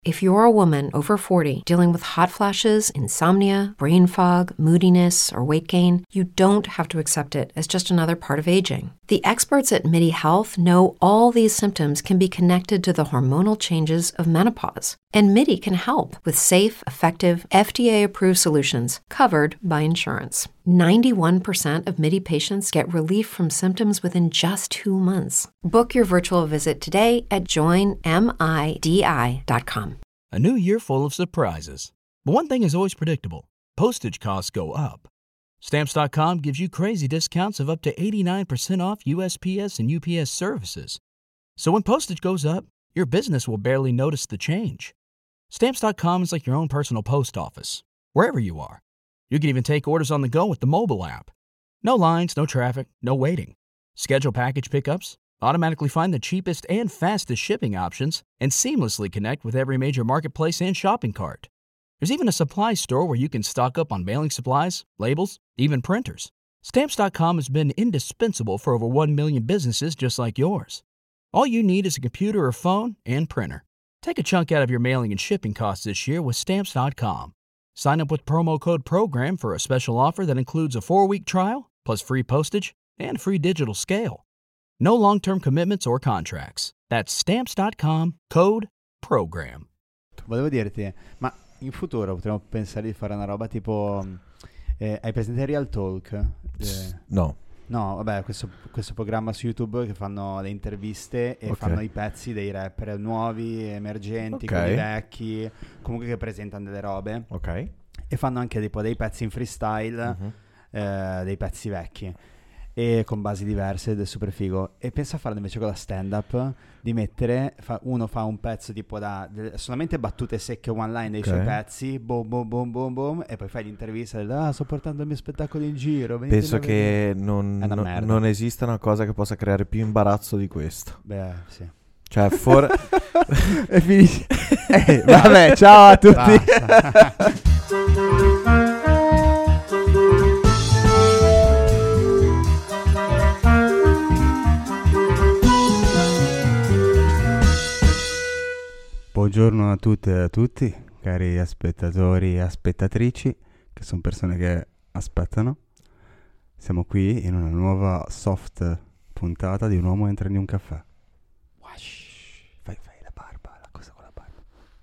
If you're a woman over 40 dealing with hot flashes, insomnia, brain fog, moodiness, or weight gain, you don't have to accept it as just another part of aging. The experts at MIDI Health know all these symptoms can be connected to the hormonal changes of menopause. And MIDI can help with safe, effective, FDA-approved solutions covered by insurance. 91% of MIDI patients get relief from symptoms within just 2 months. Book your virtual visit today at joinmidi.com. A new year full of surprises. But one thing is always predictable. Postage costs go up. Stamps.com gives you crazy discounts of up to 89% off USPS and UPS services. So when postage goes up, your business will barely notice the change. Stamps.com is like your own personal post office, wherever you are. You can even take orders on the go with the mobile app. No lines, no traffic, no waiting. Schedule package pickups, automatically find the cheapest and fastest shipping options, and seamlessly connect with every major marketplace and shopping cart. There's even a supply store where you can stock up on mailing supplies, labels, even printers. Stamps.com has been indispensable for over 1 million businesses just like yours. All you need is a computer or phone and printer. Take a chunk out of your mailing and shipping costs this year with Stamps.com. Sign up with promo code PROGRAM for a special offer that includes a 4-week trial, plus free postage and free digital scale. No long-term commitments or contracts. That's Stamps.com, code PROGRAM. Volevo dirti, ma in futuro potremmo pensare di fare una roba tipo... hai presente Real Talk? No. No, vabbè, questo programma su YouTube che fanno le interviste e fanno i pezzi dei rapper nuovi, emergenti, quelli vecchi, comunque che presentano delle robe. Ok. E fanno anche dei pezzi in freestyle, dei pezzi vecchi. E con basi diverse ed è super figo. E pensa a farlo invece con la stand up, di mettere uno fa un pezzo tipo solamente battute secche one line dei suoi pezzi, boom boom boom boom boom, e poi fai l'intervista sto portando il mio spettacolo in giro, penso che non esista una cosa che possa creare più imbarazzo di questo. Beh, sì. Cioè e finisce. Vabbè, ciao a tutti. Buongiorno a tutte e a tutti, cari aspettatori e aspettatrici, che sono persone che aspettano. Siamo qui in una nuova soft puntata di Un uomo entra in un caffè. Fai la barba, la cosa con la barba.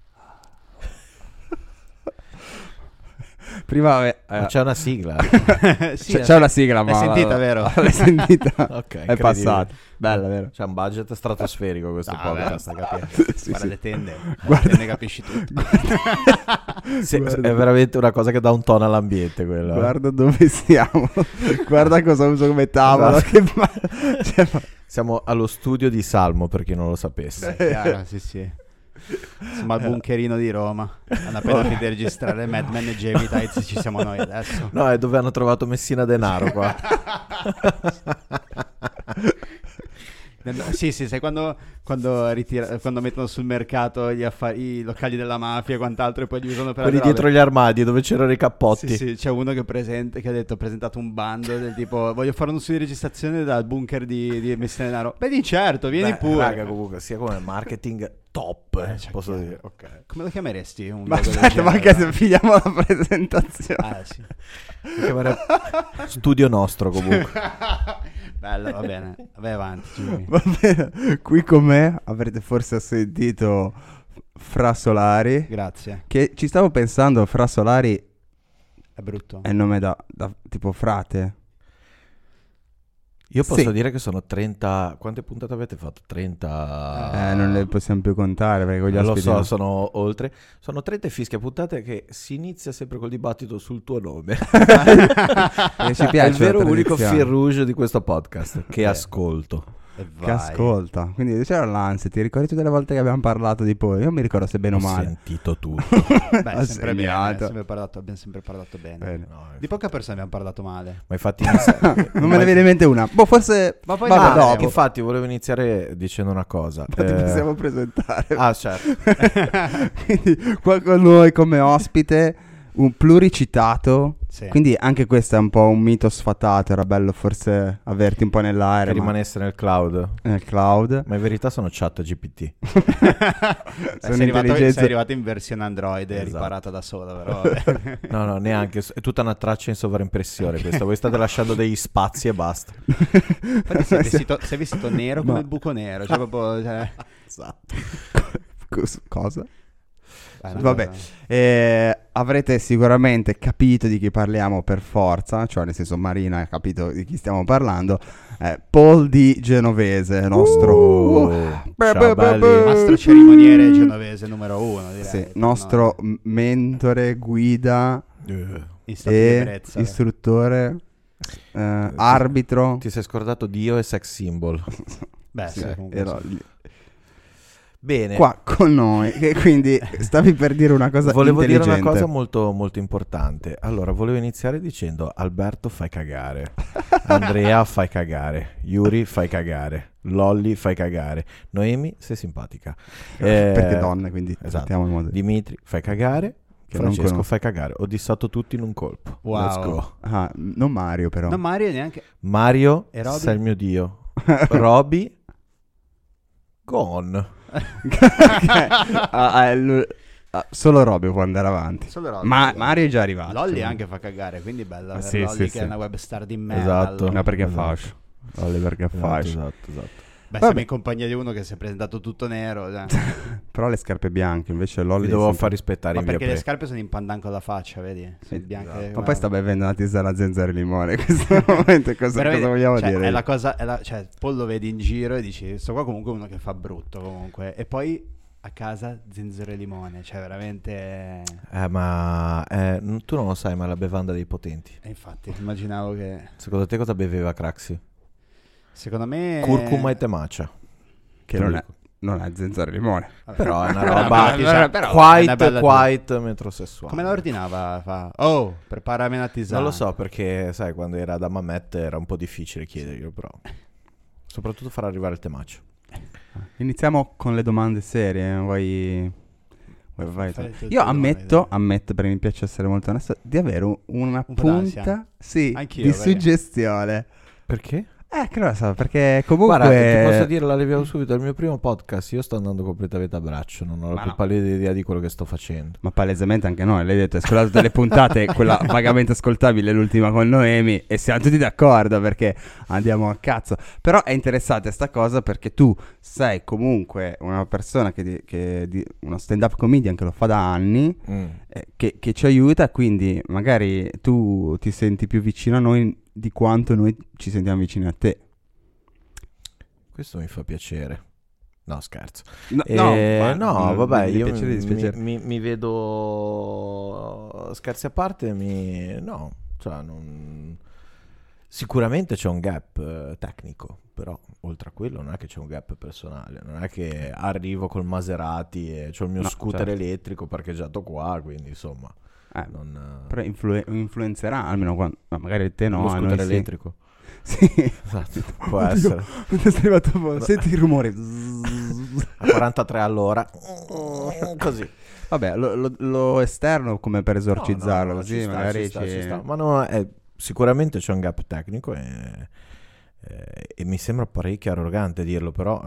Prima c'è una sigla. Sì, c'è una sigla, ma l'hai sentita, vero? L'hai sentita? Ok, è passato. Bella, vero? C'è un budget stratosferico questo podcast. Guarda le tende, le tende capisci tutto. Sì, è veramente una cosa che dà un tono all'ambiente quello. Guarda dove siamo. Guarda cosa uso come tavola. Siamo allo studio di Salmo, per chi non lo sapesse. Chiaro, sì. Siamo al bunkerino di Roma. Hanno appena finito di registrare Mad Men e Jamie Tights, ci siamo noi adesso. No, è dove hanno trovato Messina Denaro qua. Sì, sai quando mettono sul mercato i locali della mafia e quant'altro, e poi li usano per quelli dietro gli armadi dove c'erano i cappotti. Sì, c'è uno che ha detto, ha presentato un bando del tipo: voglio fare uno studio di registrazione dal bunker di Messina Denaro. Beh, di certo, vieni pure. Raga, comunque sia come marketing top, posso dire. Okay. Come lo chiameresti? Ma aspetta, ma che figliamo la presentazione. Sì. Studio nostro comunque. Bello, va bene. Vai avanti, Jimmy. Va bene. Qui con me avrete forse sentito Fra Solari. Grazie. Che ci stavo pensando, Fra Solari è brutto. È il nome da tipo frate. Io posso dire che sono 30. Quante puntate avete fatto? 30. Non le possiamo più contare perché con gli ospiti. Lo so, sono oltre. Sono 30 fischie puntate che si inizia sempre col dibattito sul tuo nome. Ci piace. È il vero unico fil rouge di questo podcast che ascolto. Che ascolta. Quindi c'era l'ansia. Ti ricordi tutte le volte che abbiamo parlato di poi? Io mi ricordo se bene o male. Ho sentito tutto. Beh, sempre bene. Abbiamo sempre parlato bene. No, di poche persone abbiamo parlato male. Ma infatti non me ne viene in mente una. Boh, forse. Ma poi dopo. Infatti volevo iniziare dicendo una cosa. Ma ti possiamo presentare. Ah, certo. Quindi qua con noi come ospite un pluricitato. Sì. Quindi anche questo è un po' un mito sfatato. Era bello forse averti un po' Che nell'aereo, ma rimanesse nel cloud. nel cloud. Ma in verità sono chat GPT. sei intelligenze- arrivato in versione Android, è Esatto. riparata da sola, però. No, neanche. È tutta una traccia in sovraimpressione questa. Voi state lasciando degli spazi e basta. Infatti sei vestito nero come il buco nero, cioè proprio... Cioè... Esatto. Cosa? no, Vabbè, avrete sicuramente capito di chi parliamo per forza, cioè nel senso Marina ha capito di chi stiamo parlando. Paul Di Genovese, nostro Ciao, belli. Mastro cerimoniere genovese numero 1, direi. sì, nostro mentore, guida in stato di e ebbrezza. istruttore, arbitro. Ti sei scordato Dio e sex symbol. Beh, Sì, sì, comunque ero sì. lì. Bene. Qua con noi, e quindi stavi per dire una cosa Volevo dire intelligente. una cosa molto, molto importante. Allora, volevo iniziare dicendo: Alberto, fai cagare. Andrea, fai cagare. Yuri, fai cagare. Lolli, fai cagare. Noemi, sei simpatica. Perché donne, quindi esatto. trattiamo in modo. Dimitri, fai cagare. Che non Francesco, conosco. fai cagare. Ho dissato tutti in un colpo. Wow. Let's go. Ah, non Mario però. No, Mario neanche... Mario, E Roby? sei il mio dio. Roby, gone. Solo Robio può andare avanti. Solo Robby, Ma sì. Mario è già arrivato. Lolli anche fa cagare, quindi bello avere sì, Lolli sì, che sì. è una web star di merda. Esatto. allora. No, perché è Esatto. fascio. Oliver che è fascio. Esatto. Beh, Vabbè. siamo in compagnia di uno che si è presentato tutto nero. Cioè. Però le scarpe bianche, invece Lolli Vi è dovevo sempre- far rispettare Ma in via perché le Pre. scarpe sono in pandan con la faccia, vedi? Sono Sì, bianche. esatto. Ma poi sta bevendo una tisana zenzero e limone. In questo momento cosa Veramente, vogliamo cioè, dire? È la cosa, cioè, poi lo vedi in giro e dici, sto qua comunque uno che fa brutto comunque. E poi a casa zenzero e limone, cioè veramente... Ma tu non lo sai, ma è la bevanda dei potenti. E infatti, immaginavo che... Secondo te cosa beveva Craxi? Secondo me... Curcuma e temacia. Che non è zenzero e limone. Vabbè. Però è una Però roba però è una bella quite metrosessuale. Come la ordinava? Fa, oh, preparami una tisana. Non lo so, perché sai, quando era da Mamette era un po' difficile chiederglielo, però. Soprattutto far arrivare il temaccio. Iniziamo con le domande serie. Vai. Fai tutte le Io domande, ammetto, perché mi piace essere molto onesto, di avere una po' punta d'ansia. sì, Anch'io, di perché- suggestione. Perché? Che non lo so, perché comunque... Guarda, ti posso dire, la leviamo subito, il mio primo podcast, io sto andando completamente a braccio, non ho la Ma più no. pallida idea di quello che sto facendo. Ma palesemente anche noi, lei ha detto, hai ascoltato tutte le puntate, quella vagamente ascoltabile, l'ultima con Noemi, e siamo tutti d'accordo perché andiamo a cazzo. Però è interessante sta cosa perché tu sei comunque una persona uno stand-up comedian che lo fa da anni, che ci aiuta, quindi magari tu ti senti più vicino a noi di quanto noi ci sentiamo vicini a te. Questo mi fa piacere. No, scherzo. No, Vabbè, io piacere, dispiacere. mi vedo, scherzi a parte, no, cioè sicuramente c'è un gap tecnico, però oltre a quello non è che c'è un gap personale, non è che arrivo col Maserati e c'ho il mio No, scooter certo. elettrico parcheggiato qua, quindi insomma Però influenzerà, almeno quando... ma magari te no, lo a scooter noi sì. elettrico. Sì. Esatto, può Oddio, essere. sei arrivato, senti il rumore. A 43 all'ora. Così. Vabbè, lo esterno come per esorcizzarlo, No, così ci sta, magari ci sta. Ma no, sicuramente c'è un gap tecnico e mi sembra parecchio arrogante dirlo, però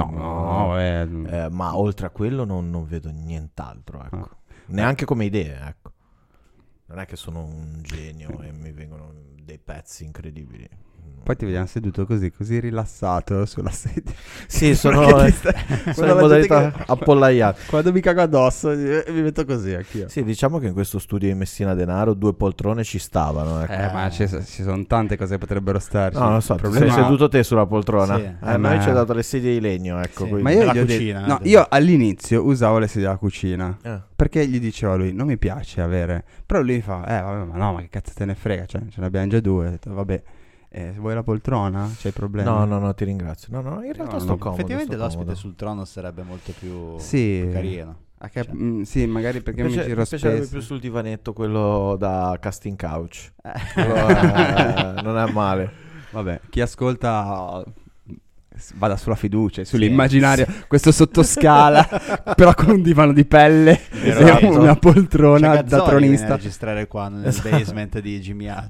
ma oltre a quello non vedo nient'altro, ecco. Neanche come idee, ecco. Non è che sono un genio e mi vengono dei pezzi incredibili. Poi ti vediamo seduto così rilassato sulla sedia. Sì, sono Perché in quando la modalità gente che- appollaiata. Quando mi cago addosso mi metto così anch'io. Sì, diciamo che in questo studio di Messina Denaro 2 poltrone ci stavano, ecco. Ma ci sono tante cose che potrebbero starci. No, non so, Il sei problema- seduto te sulla poltrona. Sì. A ma- noi ci ha dato le sedie di legno, ecco. Sì. quindi- Ma io Nella gli ho detto, cucina, no, sì. io all'inizio usavo le sedie della cucina. Eh. Perché gli diceva lui, non mi piace avere. Però lui mi fa, vabbè, ma no, ma che cazzo te ne frega, cioè, ce ne abbiamo già due. Ho detto, vabbè, se vuoi la poltrona, c'hai problemi? No, ti ringrazio. No, in realtà No, sto no, comodo. Effettivamente sto l'ospite comodo. sul trono sarebbe molto più, Sì. più carino. Cioè, sì, magari perché mi giro Mi piacerebbe spesso. più sul divanetto quello da casting couch. Quello non è male. Vabbè, chi ascolta vada sulla fiducia, sull'immaginario, questo sottoscala, però con un divano di pelle e una poltrona C'è da Gazzoli viene a tronista. registrare qua nel basement di Jimmy Hart.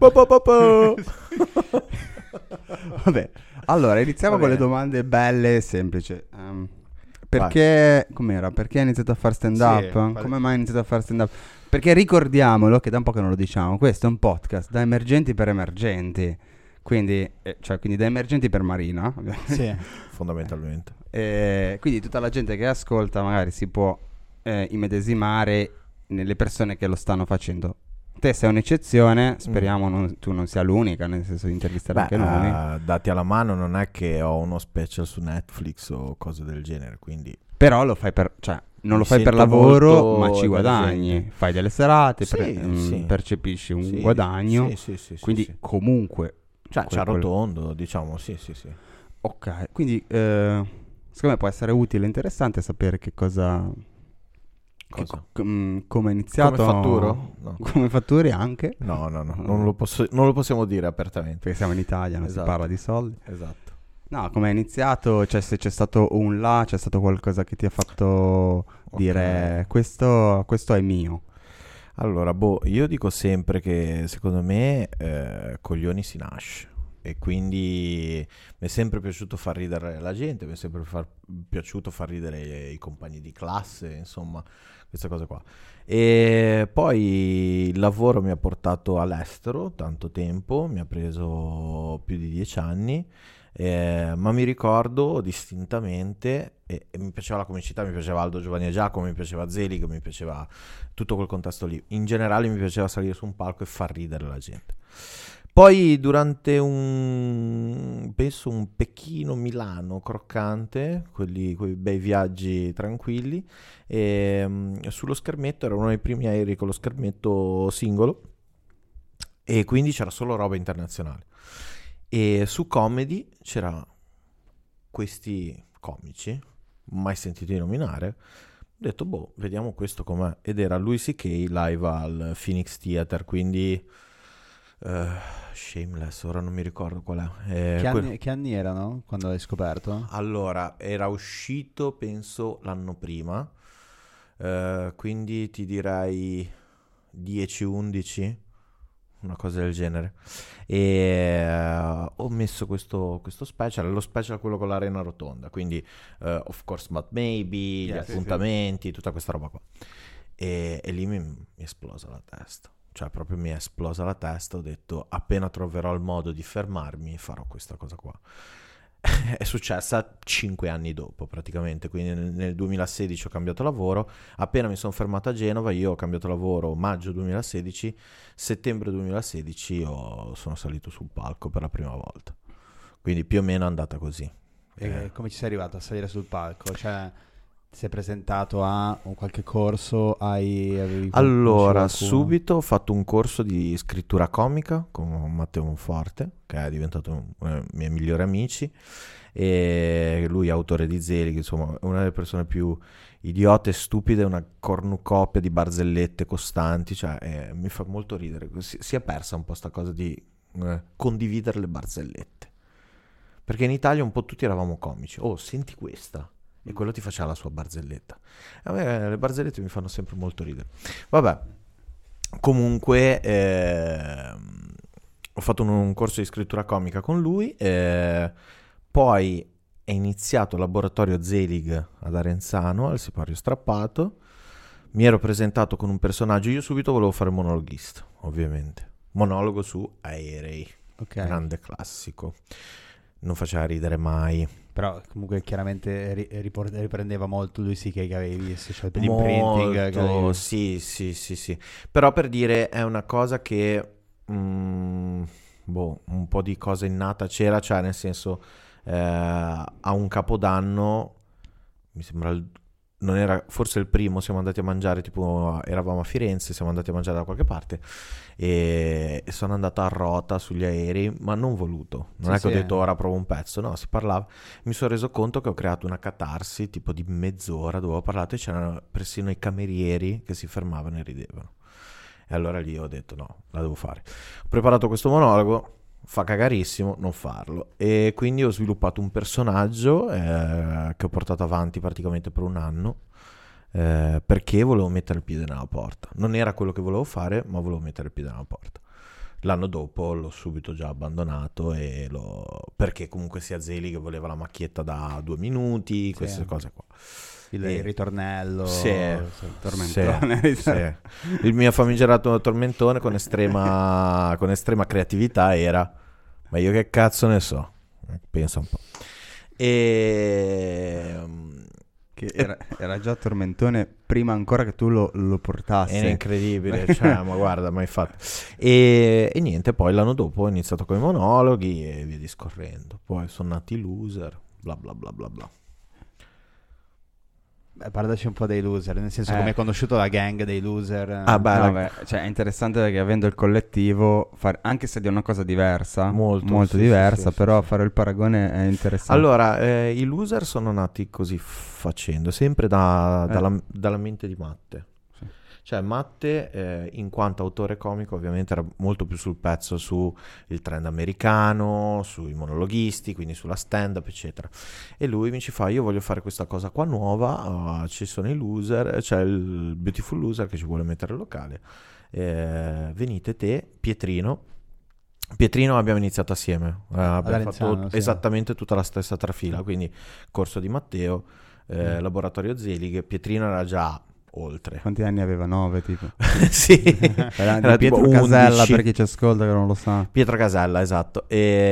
Vabbè, allora iniziamo Va con le bene. domande belle e semplici. Perché, com'era? Perché hai iniziato a fare stand up? Come mai hai iniziato a fare stand up? Perché ricordiamolo, che da un po' che non lo diciamo, questo è un podcast da emergenti per emergenti. Quindi da emergenti per Marina. Sì. Fondamentalmente. Quindi tutta la gente che ascolta magari si può immedesimare nelle persone che lo stanno facendo. Te sei un'eccezione, speriamo tu non sia l'unica, nel senso di intervistare anche noi. Dati alla mano, non è che ho uno special su Netflix o cose del genere, quindi... Però lo fai per... cioè, non lo Mi fai per sento lavoro, molto ma ci guadagni. emergente. Fai delle serate, Sì. percepisci un Sì, guadagno. sì, Quindi sì. comunque... Cioè, ci arrotondo, diciamo, sì. Ok, quindi secondo me può essere utile e interessante sapere che cosa... Cosa? come è iniziato. Come fatturo? No. Come fatturi anche. No, non lo possiamo dire apertamente. Perché siamo in Italia, non Esatto. si parla di soldi. Esatto. No, come è iniziato, cioè se c'è stato un là, c'è stato qualcosa che ti ha fatto dire questo è mio. Allora, io dico sempre che secondo me coglioni si nasce, e quindi mi è sempre piaciuto far ridere la gente, mi è sempre piaciuto far ridere i compagni di classe, insomma, queste cose qua. E poi il lavoro mi ha portato all'estero tanto tempo, mi ha preso più di 10 anni. Ma mi ricordo distintamente, e mi piaceva la comicità, mi piaceva Aldo, Giovanni e Giacomo, mi piaceva Zelig, mi piaceva tutto quel contesto lì. In generale mi piaceva salire su un palco e far ridere la gente. Poi durante penso un Pechino-Milano croccante, quei bei viaggi tranquilli, sullo schermetto, era uno dei primi aerei con lo schermetto singolo, e quindi c'era solo roba internazionale. E su Comedy c'era questi comici, mai sentiti nominare. Ho detto, vediamo questo com'è. Ed era Louis C.K. live al Phoenix Theater, quindi Shameless, ora non mi ricordo qual è. Che anni erano quando l'hai scoperto? Allora, era uscito penso l'anno prima, quindi ti direi 10-11, una cosa del genere. E ho messo questo special, lo special quello con l'arena rotonda, quindi Of Course But Maybe, gli appuntamenti, tutta questa roba qua. E lì mi è esplosa la testa. Cioè proprio mi è esplosa la testa, ho detto appena troverò il modo di fermarmi farò questa cosa qua. È successa 5 anni dopo praticamente, quindi nel 2016 ho cambiato lavoro, appena mi sono fermato a Genova io ho cambiato lavoro maggio 2016, settembre 2016 sono salito sul palco per la prima volta, quindi più o meno è andata così. E come ci sei arrivato a salire sul palco? Cioè ti sei presentato a un qualche corso? Allora, subito ho fatto un corso di scrittura comica con Matteo Monforte, che è diventato uno dei miei migliori amici, e lui è autore di Zelig, insomma è una delle persone più idiote e stupide, una cornucopia di barzellette costanti, cioè mi fa molto ridere. Si è persa un po' sta cosa di condividere le barzellette, perché in Italia un po' tutti eravamo comici. Senti questa, e quello ti faceva la sua barzelletta. A me le barzellette mi fanno sempre molto ridere. Vabbè, comunque ho fatto un corso di scrittura comica con lui, poi è iniziato il laboratorio Zelig ad Arenzano, al Sipario Strappato. Mi ero presentato con un personaggio, io subito volevo fare monologhista, ovviamente. Monologo su aerei, grande classico. Non faceva ridere mai. Però comunque chiaramente riprendeva molto lui sì che avevi visto, cioè per l'imprinting. Sì. Però per dire è una cosa che un po' di cosa innata c'era, cioè nel senso a un Capodanno, mi sembra non era forse il primo, siamo andati a mangiare, tipo eravamo a Firenze, siamo andati a mangiare da qualche parte e sono andato a rota sugli aerei, ma non voluto, non è che ho detto ora provo un pezzo, no, si parlava, mi sono reso conto che ho creato una catarsi tipo di mezz'ora dove ho parlato e c'erano persino i camerieri che si fermavano e ridevano, e allora lì ho detto no, la devo fare. Ho preparato questo monologo, fa cagarissimo, non farlo. E quindi ho sviluppato un personaggio che ho portato avanti praticamente per un anno, perché volevo mettere il piede nella porta. Non era quello che volevo fare, ma volevo mettere il piede nella porta. L'anno dopo l'ho subito già abbandonato perché comunque sia Zeli che voleva la macchietta da 2 minuti, queste cose qua. Il ritornello, il tormentone. sì. Il mio famigerato tormentone con estrema creatività era: ma io che cazzo ne so? Pensa un po'. Era già tormentone prima ancora che tu lo portassi. È incredibile, cioè, ma guarda, mai fatto. E niente, poi l'anno dopo ho iniziato con i monologhi e via discorrendo. Poi sono nati i loser, bla bla bla bla bla. Parlaci un po' dei loser, nel senso come hai conosciuto la gang dei loser. Cioè è interessante perché avendo il collettivo, anche se di una cosa diversa, molto sì, diversa, sì, però sì. fare il paragone è interessante. Allora, i loser sono nati così facendo, sempre dalla mente di Matte. Sì. Cioè Matte, in quanto autore comico, ovviamente era molto più sul pezzo su il trend americano, sui monologhisti, quindi sulla stand-up, eccetera. E lui mi ci fa: io voglio fare questa cosa qua nuova, ci sono i loser, c'è il Beautiful Loser che ci vuole mettere il locale. Venite te, Pietrino, abbiamo iniziato assieme, abbiamo fatto esattamente tutta la stessa trafila, quindi corso di Matteo, laboratorio Zelig. Pietrino era già oltre. Quanti anni aveva? 9 tipo? Sì, era Pietro tipo Casella 11. per chi ci ascolta che non lo sa. Pietro Casella, esatto.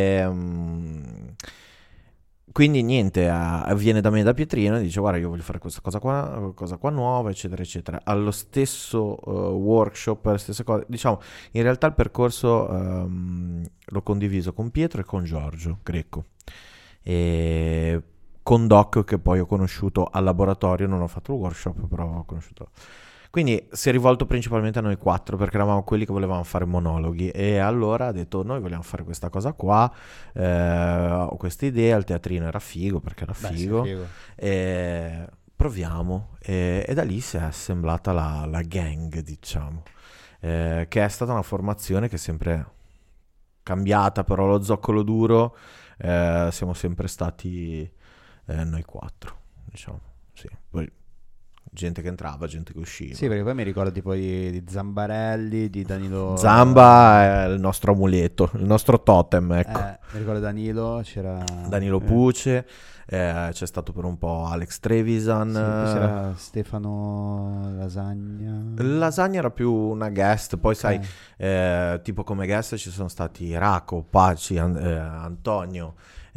Quindi niente, viene da me, da Pietrino, e dice: guarda, io voglio fare questa cosa qua nuova, eccetera eccetera. Allo stesso workshop, le stesse cose, diciamo, in realtà il percorso l'ho condiviso con Pietro e con Giorgio Greco, e con Doc, che poi ho conosciuto al laboratorio. Non ho fatto il workshop, però ho conosciuto. Quindi si è rivolto principalmente a noi 4, perché eravamo quelli che volevamo fare monologhi, e allora ha detto: noi vogliamo fare questa cosa qua, ho questa idea, il teatrino era figo, perché era figo. Proviamo, e da lì si è assemblata la gang, diciamo, che è stata una formazione che è sempre cambiata, però lo zoccolo duro siamo sempre stati noi 4, diciamo, sì. Poi gente che entrava, gente che usciva. Sì, perché poi mi ricordo tipo di Zambarelli, di Danilo. Zamba è il nostro amuleto, il nostro totem, ecco. Mi ricordo Danilo, c'era Danilo Puce, c'è stato per un po' Alex Trevisan. Sì, poi c'era Stefano Lasagna era più una guest, poi sai, tipo come guest ci sono stati Racco, Paci, Antonio,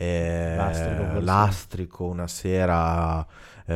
Lastrico una sera,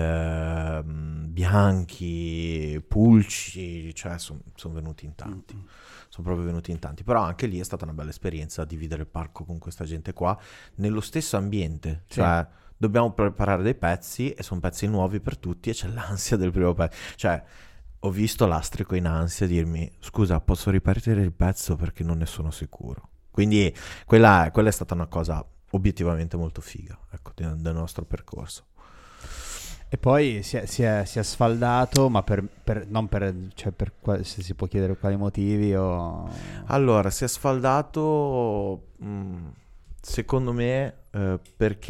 Bianchi, Pulci, cioè sono venuti in tanti. Sono proprio venuti in tanti, però anche lì è stata una bella esperienza dividere il palco con questa gente qua nello stesso ambiente, cioè dobbiamo preparare dei pezzi e sono pezzi nuovi per tutti e c'è l'ansia del primo pezzo. Cioè ho visto Lastrico in ansia dirmi: scusa, posso ripartire il pezzo perché non ne sono sicuro. Quindi quella è stata una cosa obiettivamente molto figa, ecco, del nostro percorso. E poi si è sfaldato, ma non per, cioè se si può chiedere quali motivi o... Allora, si è sfaldato, secondo me, perché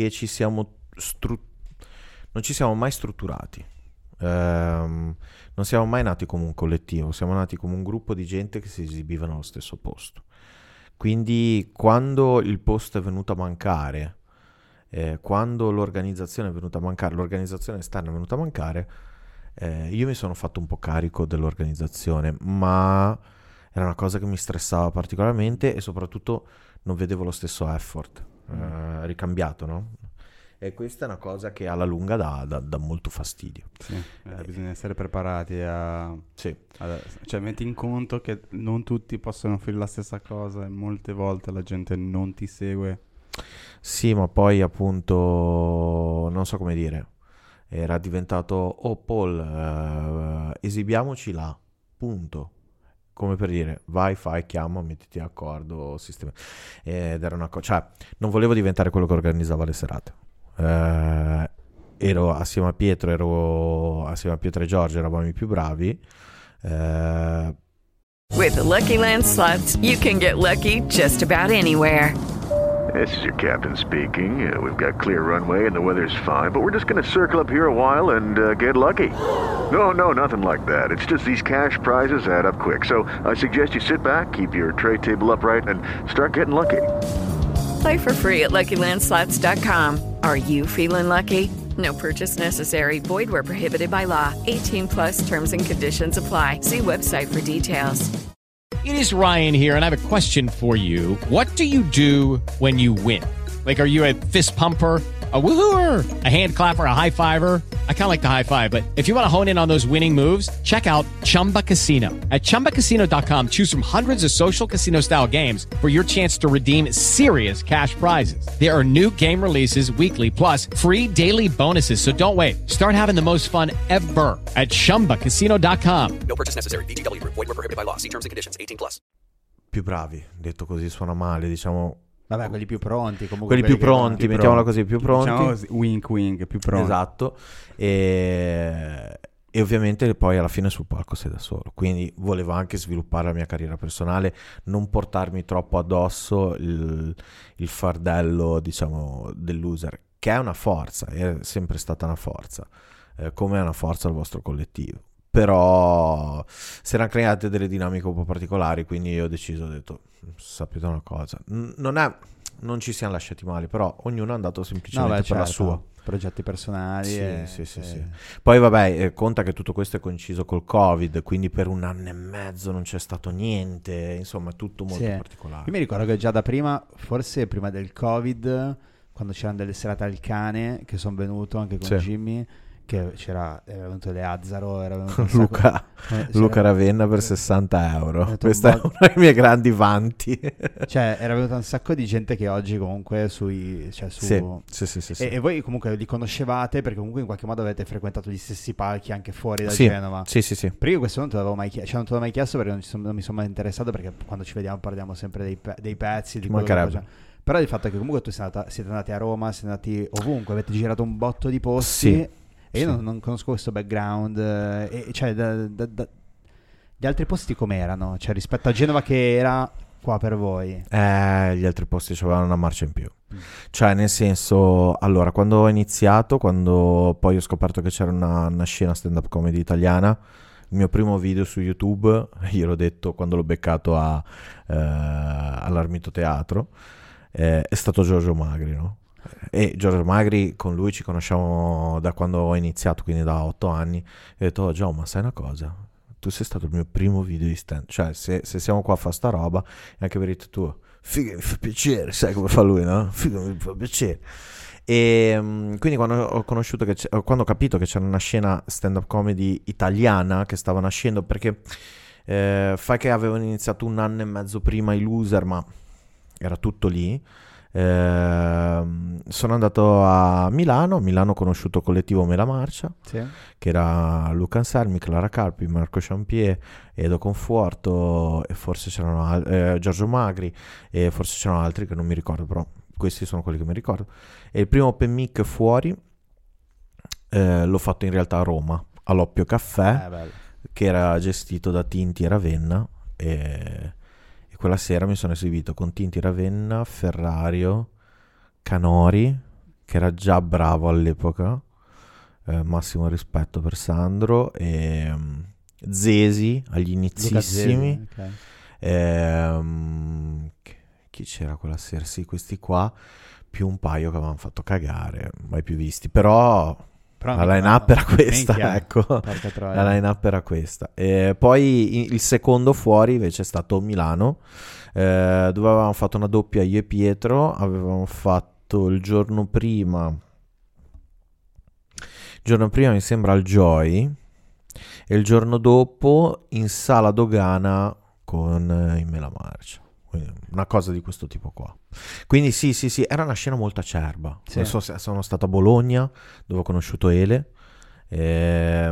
non ci siamo mai strutturati. Non siamo mai nati come un collettivo, siamo nati come un gruppo di gente che si esibivano allo stesso posto. Quindi quando il posto è venuto a mancare, quando l'organizzazione è venuta a mancare, l'organizzazione esterna è venuta a mancare, io mi sono fatto un po' carico dell'organizzazione, ma era una cosa che mi stressava particolarmente e soprattutto non vedevo lo stesso effort ricambiato, no? E questa è una cosa che alla lunga dà molto fastidio. Sì, bisogna essere preparati cioè metti in conto che non tutti possono offrire la stessa cosa e molte volte la gente non ti segue. Sì, ma poi appunto non so come dire, era diventato: oh Paul, esibiamoci là, punto. Come per dire: vai, fai, chiama, mettiti d'accordo, sistema. Ed era una cosa, cioè non volevo diventare quello che organizzava le serate. Ero assieme a Pietro e Giorgio, eravamo i più bravi, With the Lucky Land Slots, you can get lucky just about anywhere. This is your captain speaking. We've got clear runway and the weather's fine, but we're just going to circle up here a while and get lucky. No, nothing like that. It's just these cash prizes add up quick. So I suggest you sit back, keep your tray table upright, and start getting lucky. Play for free at LuckyLandSlots.com. Are you feeling lucky? No purchase necessary. Void where prohibited by law. 18 plus terms and conditions apply. See website for details. It is Ryan here, and I have a question for you. What do you do when you win? Like, are you a fist pumper, a woohooer, a hand clapper, a high fiver? I kind of like the high five, but if you want to hone in on those winning moves, check out Chumba Casino. At ChumbaCasino.com, choose from hundreds of social casino-style games for your chance to redeem serious cash prizes. There are new game releases weekly, plus free daily bonuses, so don't wait. Start having the most fun ever at ChumbaCasino.com. No purchase necessary. VGW Group. Void where prohibited by law. See terms and conditions. 18 plus. Più bravi, detto così suona male, diciamo. Vabbè, quelli più pronti comunque. Quelli più pronti, mettiamola così, più pronti. Diciamo così, wink wink, più pronti. Esatto. E ovviamente poi alla fine sul palco sei da solo. Quindi volevo anche sviluppare la mia carriera personale, non portarmi troppo addosso il fardello, diciamo, del loser, che è una forza, è sempre stata una forza, come è una forza il vostro collettivo. Però si erano create delle dinamiche un po' particolari, quindi io ho deciso, ho detto, sapete una cosa, non ci siamo lasciati male, però ognuno è andato semplicemente per la sua. Progetti personali. Sì. Poi vabbè, conta che tutto questo è coinciso col Covid, quindi per 1 anno e mezzo non c'è stato niente, insomma tutto molto particolare. Io mi ricordo che già da prima, forse prima del Covid, quando c'erano delle serate al cane, che sono venuto anche con Jimmy, che era venuto Leazzaro, era venuto Luca Ravenna per 60 euro. Questo è uno dei miei grandi vanti. Cioè era venuto un sacco di gente che oggi comunque Sì. E voi comunque li conoscevate perché comunque in qualche modo avete frequentato gli stessi palchi anche fuori da Genova. Sì. Però io questo non te l'avevo mai chiesto, non te l'avevo mai chiesto perché non mi sono mai interessato, perché quando ci vediamo parliamo sempre dei pezzi, di quello che facciamo. Però il fatto è che comunque siete andati a Roma, siete andati ovunque, avete girato un botto di posti. E io non conosco questo background, e cioè gli altri posti com'erano? Cioè rispetto a Genova che era qua per voi? Gli altri posti c'avevano una marcia in più. Cioè nel senso, allora quando ho iniziato, quando poi ho scoperto che c'era una scena stand-up comedy italiana, il mio primo video su YouTube, io l'ho detto quando l'ho beccato all'Armito Teatro, è stato Giorgio Magri, no? E Giorgio Magri, con lui ci conosciamo da quando ho iniziato, quindi da 8 anni. E ho detto, Gio, ma sai una cosa? Tu sei stato il mio primo video di stand, cioè se siamo qua a fare sta roba è anche per il tuo. Figa, mi fa piacere, sai come fa lui, no? Figa, mi fa piacere. E quindi quando ho conosciuto quando ho capito che c'era una scena stand-up comedy italiana che stava nascendo, perché fai che avevano iniziato 1 anno e mezzo prima i Loser, ma era tutto lì. Sono andato a Milano ho conosciuto Collettivo Mela Marcia, che era Luca Anselmi, Clara Carpi, Marco Champier, Edo Conforto, e forse c'erano Giorgio Magri, e forse c'erano altri che non mi ricordo, però questi sono quelli che mi ricordo. E il primo open mic fuori l'ho fatto in realtà a Roma, all'Oppio Caffè, che era gestito da Tinti e Ravenna, e quella sera mi sono esibito con Tinti, Ravenna, Ferrario, Canori, che era già bravo all'epoca, massimo rispetto per Sandro, e Zesi agli inizissimi. Chi c'era quella sera? Sì, questi qua, più un paio che avevano fatto cagare, mai più visti, però la line-up era questa, ecco. La line-up era questa. E poi il secondo fuori invece è stato Milano, dove avevamo fatto una doppia io e Pietro. Avevamo fatto il giorno prima mi sembra al Joy, e il giorno dopo in Sala Dogana con in Mela Marcia. Una cosa di questo tipo qua. Quindi sì, era una scena molto acerba. Sono stato a Bologna, dove ho conosciuto Ele, che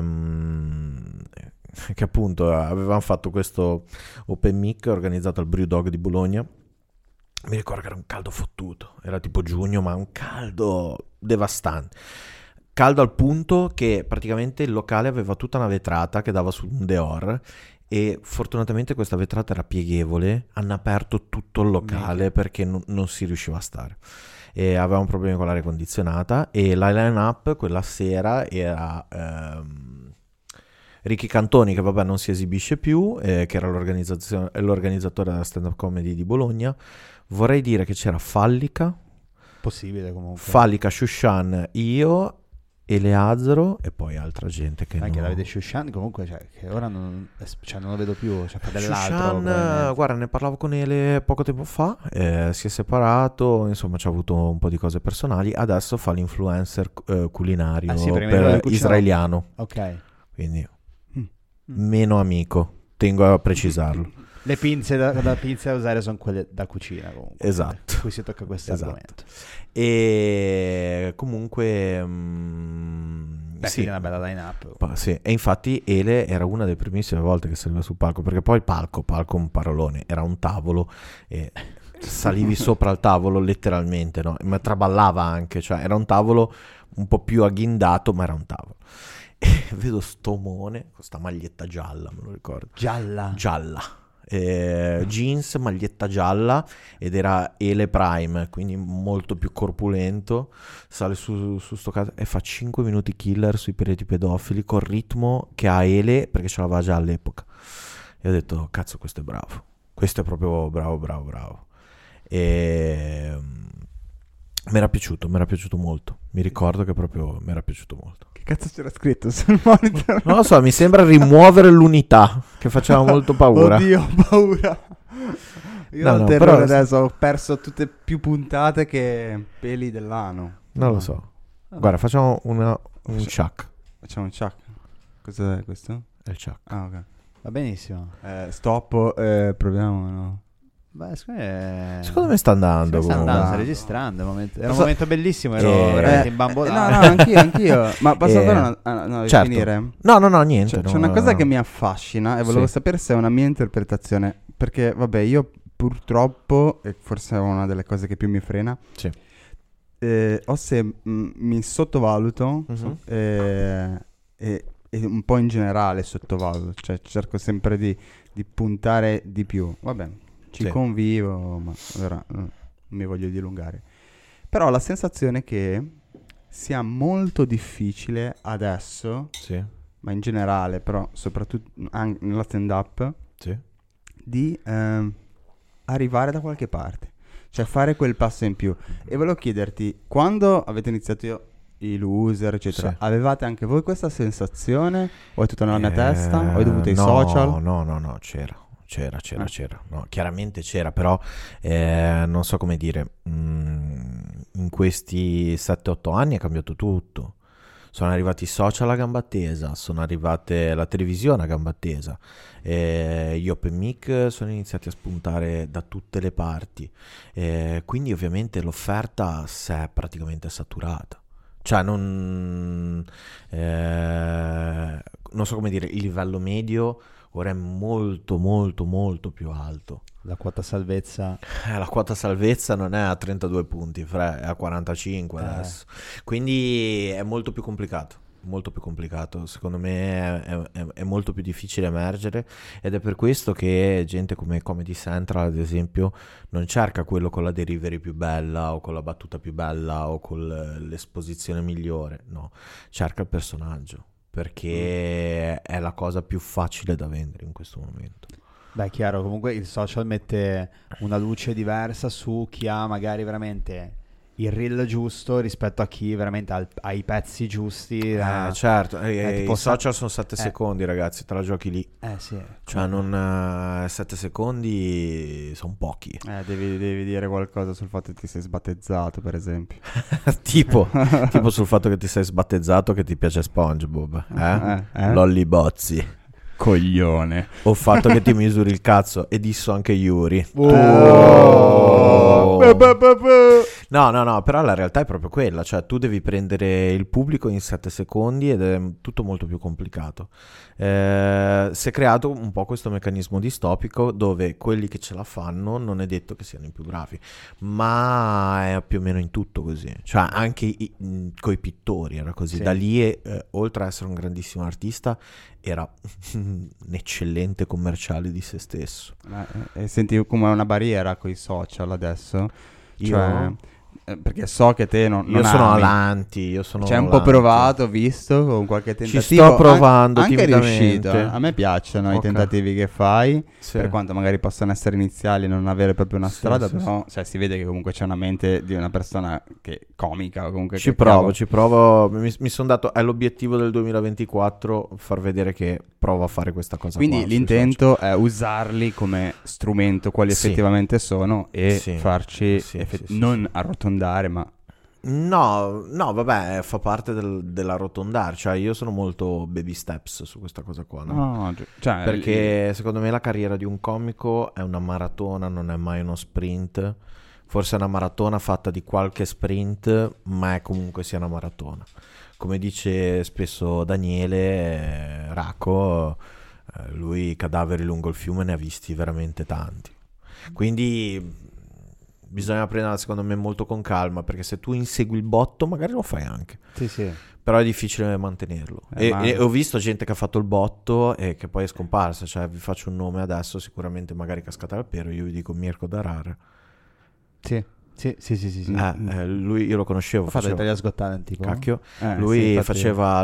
appunto avevamo fatto questo open mic organizzato al Brewdog di Bologna. Mi ricordo che era un caldo fottuto, era tipo giugno, ma un caldo devastante. Caldo al punto che praticamente il locale aveva tutta una vetrata che dava su un Deor, e fortunatamente questa vetrata era pieghevole, hanno aperto tutto il locale perché non si riusciva a stare e avevamo problemi con l'aria condizionata, e la line-up quella sera era Ricky Cantoni, che vabbè non si esibisce più, che era l'organizzatore della stand-up comedy di Bologna. Vorrei dire che c'era Fallica, Possibile comunque. Fallica, Shushan, io, Eleazaro e poi altra gente che Anche no. Davide Shushan comunque, cioè, che ora non lo vedo più, cioè fa dell'altro. Shushan, guarda, ne parlavo con Ele poco tempo fa, si è separato, insomma c'ha avuto un po' di cose personali, adesso fa l'influencer culinario per israeliano. Ok. Quindi meno amico, tengo a precisarlo. Le pinze da pinze da usare sono quelle da cucina comunque. Esatto. Qui si tocca questo argomento. E comunque Sì, è una bella line-up. Sì. E infatti Ele era una delle primissime volte che saliva sul palco, perché poi il palco un parolone, era un tavolo e salivi sopra il tavolo letteralmente, no? Ma traballava anche, cioè era un tavolo un po' più agghindato, ma era un tavolo. E vedo Stomone con sta maglietta gialla, me lo ricordo. Gialla. Jeans, maglietta gialla, ed era Ele Prime, quindi molto più corpulento, sale su sto caso e fa 5 minuti killer sui periodi pedofili col ritmo che ha Ele, perché ce l'aveva già all'epoca, e ho detto cazzo, questo è bravo, questo è proprio bravo, e mi era piaciuto molto, mi ricordo che proprio mi era piaciuto molto. Che cazzo c'era scritto sul monitor? Non lo so, mi sembra rimuovere l'unità, che faceva molto paura. Oddio, ho paura. Io ho terrore però adesso, ho perso tutte più puntate che peli dell'ano. Non lo so. Guarda, facciamo un chuck. Facciamo un chuck. Cos'è questo? È il chuck. Ah, ok. Va benissimo. Stop, proviamo, no? Beh, secondo me sta andando. Sta registrando. Era un momento bellissimo. Ero veramente imbambolato. No, anch'io. Ma posso fare certo. finire? No, niente. C'è una cosa che mi affascina e volevo sapere se è una mia interpretazione. Perché, vabbè, io purtroppo, e forse è una delle cose che più mi frena, o se mi sottovaluto e un po' in generale sottovaluto. Cioè, cerco sempre di puntare di più. Vabbè. Ci convivo, ma allora non mi voglio dilungare. Però ho la sensazione che sia molto difficile adesso, ma in generale, però soprattutto anche nella stand-up, di arrivare da qualche parte. Cioè fare quel passo in più. E volevo chiederti, quando avete iniziato i loser, eccetera, avevate anche voi questa sensazione? O è tutta nella mia testa? O hai dovuto i social? No, c'era. No, chiaramente c'era, però non so come dire, in questi 7-8 anni è cambiato tutto. Sono arrivati i social a gamba tesa, sono arrivate la televisione a gamba tesa, gli open mic sono iniziati a spuntare da tutte le parti, quindi ovviamente l'offerta si è praticamente saturata. Cioè non so come dire, il livello medio ora è molto più alto. La quota salvezza non è a 32 punti, è a 45 adesso. Quindi è molto più complicato. Secondo me è molto più difficile emergere, ed è per questo che gente come Comedy Central, ad esempio, non cerca quello con la delivery più bella o con la battuta più bella o con l'esposizione migliore. No, cerca il personaggio, perché è la cosa più facile da vendere in questo momento. Beh, chiaro, comunque il social mette una luce diversa su chi ha magari veramente il reel giusto rispetto a chi veramente ha i pezzi giusti. Certo, i social sono 7 secondi, ragazzi, te la giochi lì. Sì. Cioè non 7 secondi sono pochi. Devi dire qualcosa sul fatto che ti sei sbattezzato, per esempio. tipo sul fatto che ti sei sbattezzato, che ti piace SpongeBob, Lolli Bozzi. Coglione. O il fatto che ti misuri il cazzo, e disso anche Yuri. No, però la realtà è proprio quella, cioè tu devi prendere il pubblico in 7 secondi ed è tutto molto più complicato. Si è creato un po' questo meccanismo distopico dove quelli che ce la fanno non è detto che siano i più bravi, ma è più o meno in tutto così, cioè anche coi pittori era così. Da lì oltre a essere un grandissimo artista era un eccellente commerciale di se stesso. E senti come una barriera con i social adesso? Io? Cioè, perché so che te non sono ami. avanti, C'è un po' provato, visto, con qualche tentativo. Ci sto provando anche timidamente. riuscito. A me piacciono i tentativi che fai, Sì. per quanto magari possano essere iniziali, non avere proprio una Sì, strada, sì, però cioè, si vede che comunque c'è una mente di una persona che comica, o comunque Ci che provo. Mi sono dato, è l'obiettivo del 2024, far vedere che provo a fare questa cosa. Quindi qua, l'intento è usarli come strumento, quali Sì. effettivamente sono, e Sì. farci Sì, non arrotondare, ma No, vabbè, fa parte dell'arrotondare, cioè io sono molto baby steps su questa cosa qua, no? cioè, Perché secondo me la carriera di un comico è una maratona, non è mai uno sprint. Forse è una maratona fatta di qualche sprint, ma è comunque sia una maratona. Come dice spesso Daniele Racco, lui i cadaveri lungo il fiume ne ha visti veramente tanti. Quindi bisogna prenderla secondo me molto con calma, perché se tu insegui il botto magari lo fai anche. Sì. Però è difficile mantenerlo. E ho visto gente che ha fatto il botto e che poi è scomparsa. Cioè, vi faccio un nome adesso, sicuramente magari cascata al pero. Io vi dico Mirko Darar. Sì. Lui io lo conoscevo. Ho fatto l'Italia Got Talent, tipo. Cacchio. Lui Lui faceva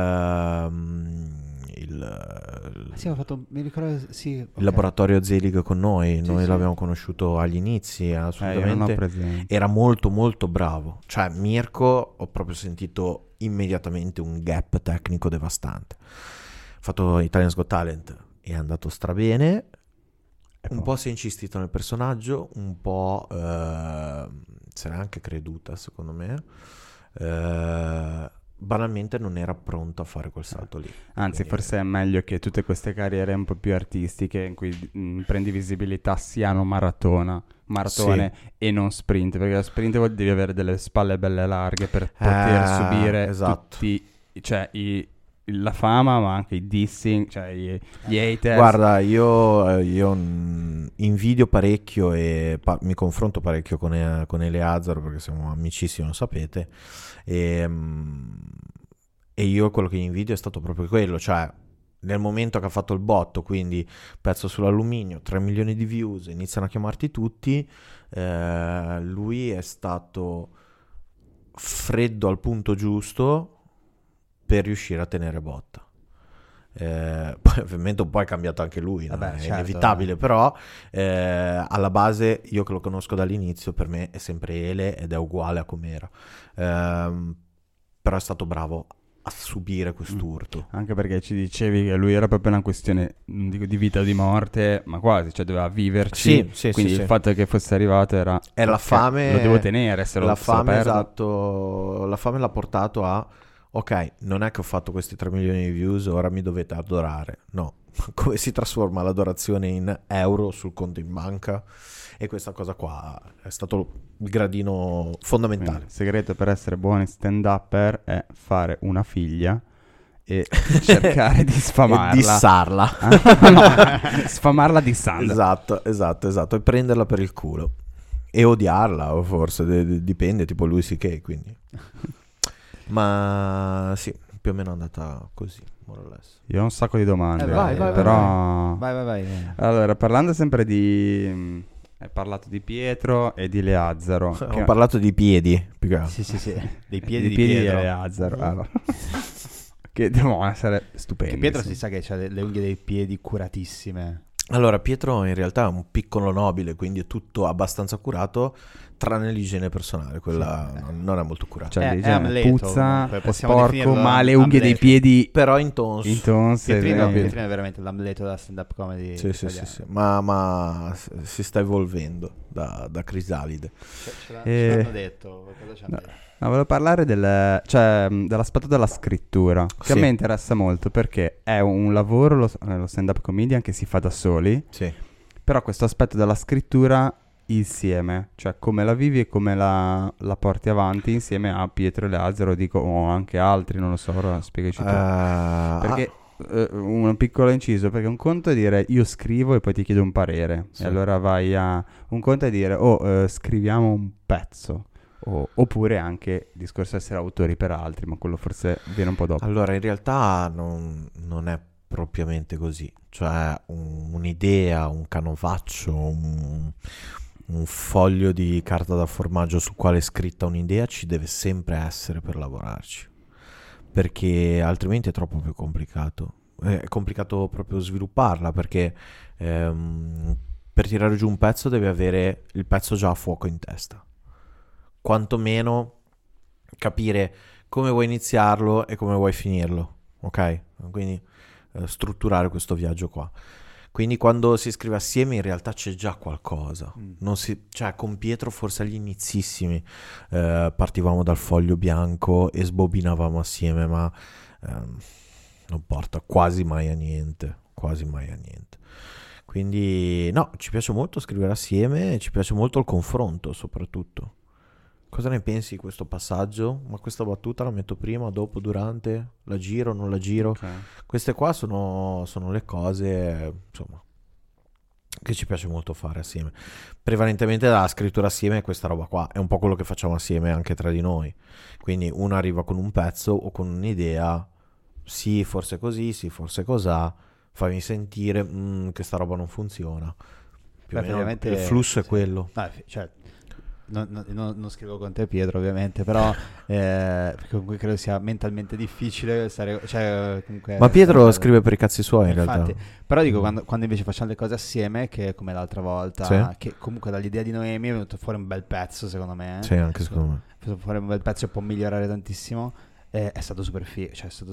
mi ricordo, il laboratorio Zelig con noi. Noi l'abbiamo conosciuto agli inizi, assolutamente. non ho presente. Era molto molto bravo. Cioè Mirko, ho proprio sentito immediatamente un gap tecnico devastante. Ha fatto Italian Got Talent, è andato strabene. Un po' si è insistito nel personaggio, un po' se l'è anche creduta, secondo me. Banalmente non era pronto a fare quel salto lì. Anzi, Quindi, forse è meglio che tutte queste carriere un po' più artistiche, in cui prendi visibilità, siano maratone e non sprint, perché lo sprint devi avere delle spalle belle larghe per poter subire tutti, cioè la fama, ma anche i dissing, cioè gli haters. Guarda, io invidio parecchio e mi confronto parecchio con Eleazaro, perché siamo amicissimi, lo sapete, e io quello che invidio è stato proprio quello, cioè nel momento che ha fatto il botto, quindi pezzo sull'alluminio, 3 milioni di views, iniziano a chiamarti tutti, lui è stato freddo al punto giusto per riuscire a tenere botta. Poi ovviamente un po' è cambiato anche lui, no? È inevitabile, però alla base, io che lo conosco dall'inizio, per me è sempre Ele ed è uguale a com'era, però è stato bravo a subire quest'urto. Anche perché ci dicevi che lui era proprio una questione, non dico di vita o di morte, ma quasi, cioè doveva viverci. Quindi il fatto che fosse arrivato era la fame, lo devo tenere, se la se lo perdo. Esatto, la fame l'ha portato a ok, non è che ho fatto questi 3 milioni di views, ora mi dovete adorare. No, come si trasforma l'adorazione in euro sul conto in banca? E questa cosa qua è stato il gradino fondamentale. Quindi, il segreto per essere buoni stand-upper è fare una figlia e cercare di sfamarla. E dissarla. Sfamarla dissando. Esatto. E prenderla per il culo. E odiarla, o forse, dipende, tipo lui sì che, quindi... Ma sì, più o meno è andata così, more or less. Io ho un sacco di domande, vai, però... Vai. Allora, parlando sempre di... Hai parlato di Pietro e di Eleazaro. Ho parlato di piedi, più che altro. Sì. Dei piedi di di Pietro. Eleazaro. Allora. Che devono essere stupendi. Che Pietro si sa che ha le unghie dei piedi curatissime. Allora, Pietro in realtà è un piccolo nobile, quindi è tutto abbastanza curato, tranne l'igiene personale, quella non è molto curata. Cioè è Amleto, puzza, comunque, è sporco, ma le unghie dei piedi... Però in tons. Pietrino è veramente l'Amleto della stand-up comedy. Sì. Ma si sta evolvendo da crisalide. Ce l'hanno detto, cosa ci hanno detto? No, volevo parlare dell'aspetto della scrittura, che a me interessa molto, perché è un lavoro, lo stand-up comedian, che si fa da soli, però questo aspetto della scrittura insieme, cioè come la vivi e come la porti avanti insieme a Pietro e Eleazaro, dico, o anche altri, non lo so, ora spiegaci tu. Perché un piccolo inciso, perché un conto è dire io scrivo e poi ti chiedo un parere, e allora vai a... Un conto è dire scriviamo un pezzo. Oppure anche il discorso essere autori per altri, ma quello forse viene un po' dopo. Allora, in realtà non è propriamente così, cioè un'idea, un canovaccio, un foglio di carta da formaggio sul quale è scritta un'idea ci deve sempre essere per lavorarci, perché altrimenti è troppo più complicato. È complicato proprio svilupparla, perché per tirare giù un pezzo devi avere il pezzo già a fuoco in testa, quantomeno capire come vuoi iniziarlo e come vuoi finirlo, ok? Quindi strutturare questo viaggio qua. Quindi quando si scrive assieme in realtà c'è già qualcosa. Cioè, con Pietro forse agli inizissimi partivamo dal foglio bianco e sbobinavamo assieme, ma non porta quasi mai a niente. Quindi no, ci piace molto scrivere assieme e ci piace molto il confronto soprattutto. Cosa ne pensi di questo passaggio? Ma questa battuta la metto prima, dopo, durante? La giro, non la giro? Ok. Queste qua sono le cose, insomma, che ci piace molto fare assieme. Prevalentemente la scrittura assieme è questa roba qua. È un po' quello che facciamo assieme anche tra di noi. Quindi uno arriva con un pezzo o con un'idea. Sì, forse così, sì, forse cosà. Fammi sentire che sta roba non funziona. Più o meno Ovviamente il flusso è quello. Cioè, non scrivo con te, Pietro, ovviamente, però perché comunque credo sia mentalmente difficile stare, cioè, comunque, Ma Pietro scrive per i cazzi suoi in infatti, realtà. però dico, quando invece facciamo le cose assieme, che come l'altra volta, Sì. che comunque dall'idea di Noemi è venuto fuori un bel pezzo, secondo me. Sì, anche secondo me. È venuto fuori un bel pezzo e può migliorare tantissimo. È stato super figo,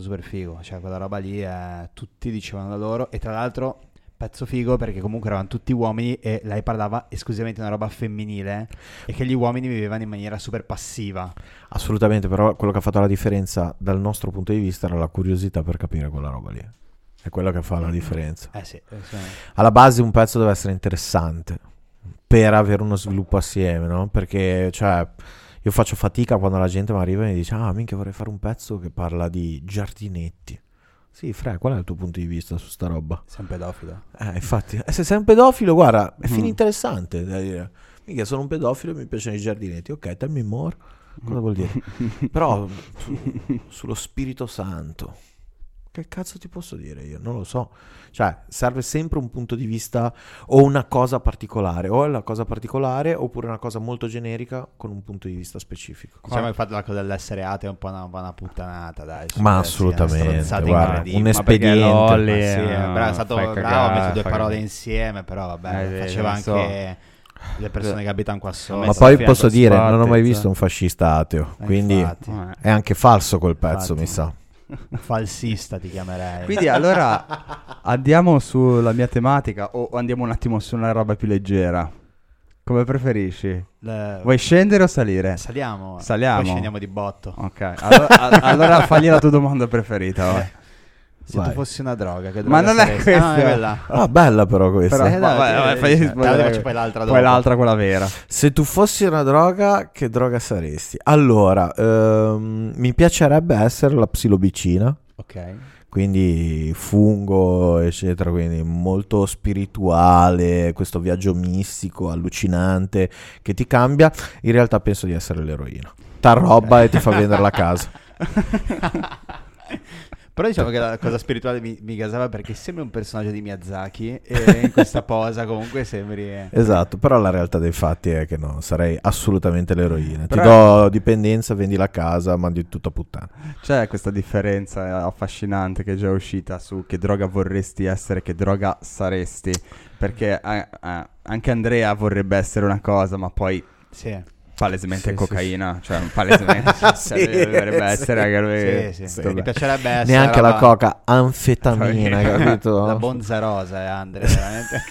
cioè quella roba lì tutti dicevano da loro, e tra l'altro pezzo figo perché comunque eravamo tutti uomini e lei parlava esclusivamente una roba femminile e che gli uomini vivevano in maniera super passiva. Assolutamente, però quello che ha fatto la differenza dal nostro punto di vista era la curiosità per capire quella roba lì. È quello che fa la differenza. Sì. Alla base un pezzo deve essere interessante per avere uno sviluppo assieme, no? Perché, cioè, io faccio fatica quando la gente mi arriva e mi dice: ah, minchia, vorrei fare un pezzo che parla di giardinetti. Sì, Fre, qual è il tuo punto di vista su sta roba? Sei un pedofilo. Infatti, se sei un pedofilo, guarda, è fine interessante da dire. Minchia, sono un pedofilo e mi piacciono i giardinetti. Ok, tell me more. Cosa vuol dire? Però sullo Spirito Santo, che cazzo ti posso dire io? Non lo so. Cioè, serve sempre un punto di vista o una cosa particolare, o è una cosa particolare oppure una cosa molto generica con un punto di vista specifico. Diciamo che il fatto la cosa dell'essere ateo è un po' una puttanata, dai. Ma assolutamente, guarda, un espediente. Lolli, è stato fai bravo, cagare, ha messo due fai parole cagare. insieme, però vabbè, vedi, faceva non so. anche le persone che abitano qua sotto. Ma poi posso dire, non ho mai visto un fascista ateo, quindi Infatti. è anche falso quel pezzo, Infatti. mi sa. Falsista ti chiamerei. Quindi allora andiamo sulla mia tematica o andiamo un attimo su una roba più leggera? Come preferisci? Vuoi scendere o salire? Saliamo. Saliamo. Poi scendiamo di botto. Ok, allora fagli la tua domanda preferita. vai. Se Vai. tu fossi una droga, che droga Ma non è saresti? questa. Ah, è quella. Ah, bella però questa. Però, dai, vai, fagli dai, rispondere. dai, faccio poi l'altra Poi dopo. l'altra, quella vera. Se tu fossi una droga, che droga saresti? Allora, mi piacerebbe essere la psilobicina, Ok. quindi fungo, eccetera, quindi molto spirituale, questo viaggio mistico, allucinante, che ti cambia. In realtà penso di essere l'eroina. T'arroba e ti fa vendere la casa. Però diciamo che la cosa spirituale mi gasava perché sembri un personaggio di Miyazaki e in questa posa comunque sembri... Esatto, però la realtà dei fatti è che no, sarei assolutamente l'eroina. Ti Però- do dipendenza, vendi la casa, mandi tutto a puttana. C'è questa differenza affascinante che è già uscita su che droga vorresti essere, che droga saresti. Perché anche Andrea vorrebbe essere una cosa, ma poi Sì. palesemente Sì, cocaina. Cioè, palesemente dovrebbe essere anche lui. Sì. Sto Mi bene. piacerebbe essere Neanche la roba- coca, anfetamina, capito? La bonzarosa è Andrea, veramente.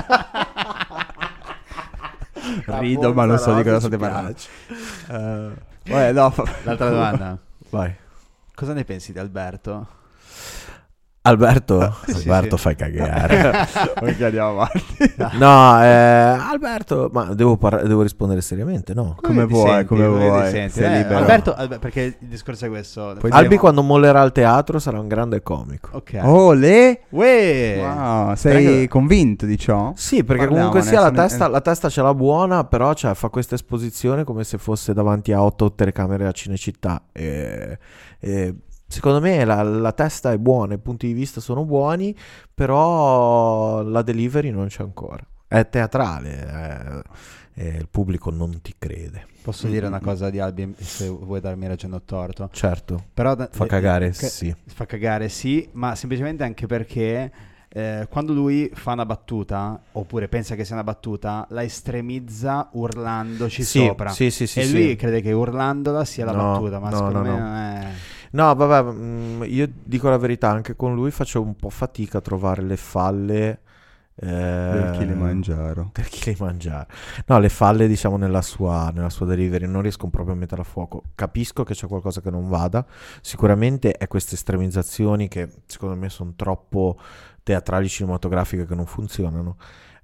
Rido, ma non so di cosa state parlando. Vabbè, no, L'altra domanda. Vai. Cosa ne pensi di Alberto? Alberto? Sì, Alberto sì. fai cagare. ok, andiamo avanti. No, Alberto, ma devo rispondere seriamente, no? Come ti vuoi, senti? come vuoi. ti senti? Sei libero. Alberto, perché il discorso è questo. Poi Albi quando mollerà al teatro sarà un grande comico. Ok. Oh, le? Uè! Wow, sei convinto di ciò? Sì, perché Parliamone, comunque sia sono- la testa ce l'ha buona, però cioè, fa questa esposizione come se fosse davanti a 8 telecamere a Cinecittà e Secondo me la testa è buona, i punti di vista sono buoni, però la delivery non c'è ancora. È teatrale, il pubblico non ti crede. Posso dire una cosa di Albi, se vuoi darmi ragione o torto? Certo, Però fa cagare, sì. Fa cagare, sì, ma semplicemente anche perché quando lui fa una battuta, oppure pensa che sia una battuta, la estremizza urlandoci sopra. Sì, e lui crede che urlandola sia la battuta, ma secondo me non è... No, vabbè, io dico la verità, anche con lui faccio un po' fatica a trovare le falle... Per Kilimangiaro. No, le falle, diciamo, nella sua delivery non riesco proprio a metterla a fuoco. Capisco che c'è qualcosa che non vada. Sicuramente è queste estremizzazioni che secondo me sono troppo teatrali, cinematografiche, che non funzionano.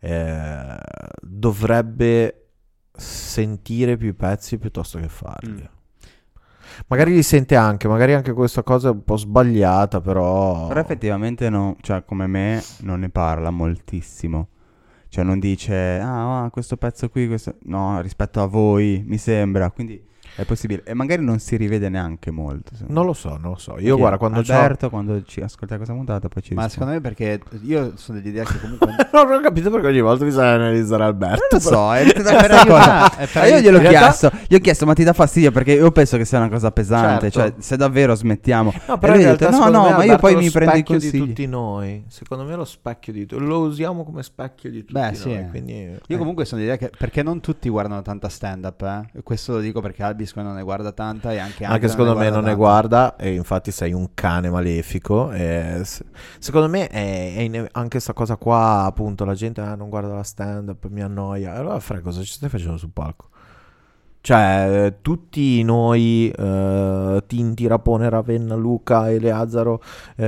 Dovrebbe sentire più pezzi piuttosto che farli. Magari li sente anche, magari anche questa cosa è un po' sbagliata, però effettivamente no, cioè come me non ne parla moltissimo. Cioè non dice questo pezzo qui, no, rispetto a voi mi sembra, quindi è possibile. E magari non si rivede neanche molto. Non lo so. Io guarda, quando Alberto, quando ci ascolta questa puntata poi ci Ma secondo me perché io sono dell'idea che comunque non ho capito perché ogni volta bisogna analizzare Alberto. Non lo so, è questa cosa. Io gliel'ho chiesto, ma ti dà fastidio? Perché io penso che sia una cosa pesante. Certo. Cioè, se davvero smettiamo. No, però in realtà, ma io poi mi prendo i consigli di tutti noi. Secondo me è lo specchio di tutti. Lo usiamo come specchio di tutti noi. Sì. Quindi, io comunque sono dell'idea che perché non tutti guardano tanta stand-up, E questo lo dico perché Albis non ne guarda tanta e anche secondo me non ne guarda, e infatti sei un cane malefico. Secondo me è anche sta cosa qua, appunto, la gente non guarda la stand-up, mi annoia. Allora Fra, cosa ci stai facendo sul palco? Cioè tutti noi, Tinti, Rapone, Ravenna, Luca, Eleazaro,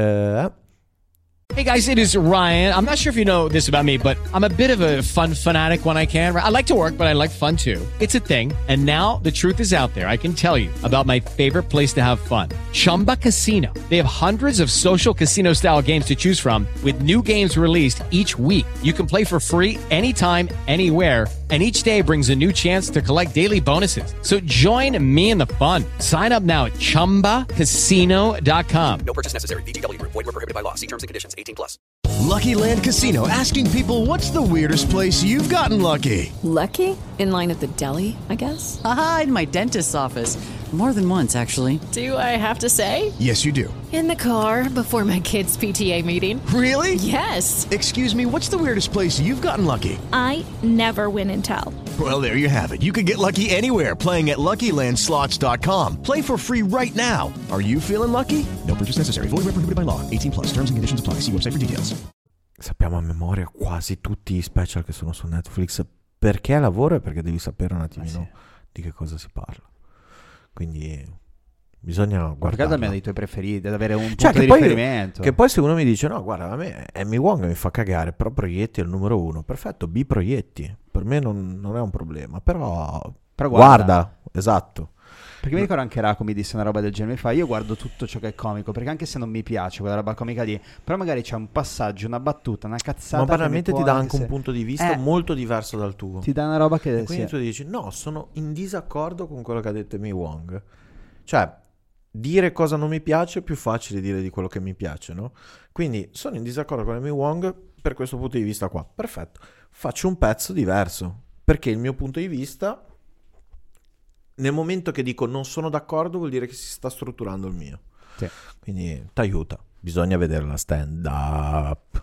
Hey guys, it is Ryan. I'm not sure if you know this about me, but I'm a bit of a fun fanatic when I can. I like to work, but I like fun too. It's a thing. And now the truth is out there. I can tell you about my favorite place to have fun. Chumba Casino. They have hundreds of social casino style games to choose from with new games released each week. You can play for free anytime, anywhere. And each day brings a new chance to collect daily bonuses. So join me in the fun. Sign up now at ChumbaCasino.com. No purchase necessary. VGW Group. Void where prohibited by law. See terms and conditions. 18+. Lucky Land Casino, asking people, what's the weirdest place you've gotten lucky? Lucky? In line at the deli, I guess? Aha, in my dentist's office. More than once, actually. Do I have to say? Yes, you do. In the car before my kids' PTA meeting. Really? Yes. Excuse me, what's the weirdest place you've gotten lucky? I never win and tell. Well, there you have it. You can get lucky anywhere, playing at LuckyLandSlots.com. Play for free right now. Are you feeling lucky? No purchase necessary. Void where prohibited by law. 18+. Terms and conditions apply. See website for details. Sappiamo a memoria quasi tutti i special che sono su Netflix. Perché lavoro e perché devi sapere un attimino di che cosa si parla. Quindi bisogna guardare. Almeno dei tuoi preferiti, ad avere un punto di riferimento. Che poi se uno mi dice no, guarda, a me Amy Wong mi fa cagare, però Proietti è il numero 1. Perfetto, Proietti. Per me non è un problema. Però guarda, esatto. Perché mi ricordo anche Raco mi disse una roba del genere, mi fa, io guardo tutto ciò che è comico, perché anche se non mi piace quella roba comica lì, però magari c'è un passaggio, una battuta, una cazzata. Ma banalmente ti dà anche un punto di vista molto diverso dal tuo. Ti dà una roba che... E quindi tu dici, no, sono in disaccordo con quello che ha detto Amy Wong. Cioè, dire cosa non mi piace è più facile dire di quello che mi piace, no? Quindi sono in disaccordo con Amy Wong per questo punto di vista qua. Perfetto. Faccio un pezzo diverso, perché il mio punto di vista... Nel momento che dico non sono d'accordo vuol dire che si sta strutturando il mio. Sì. Quindi t'aiuta. Bisogna vedere la stand up.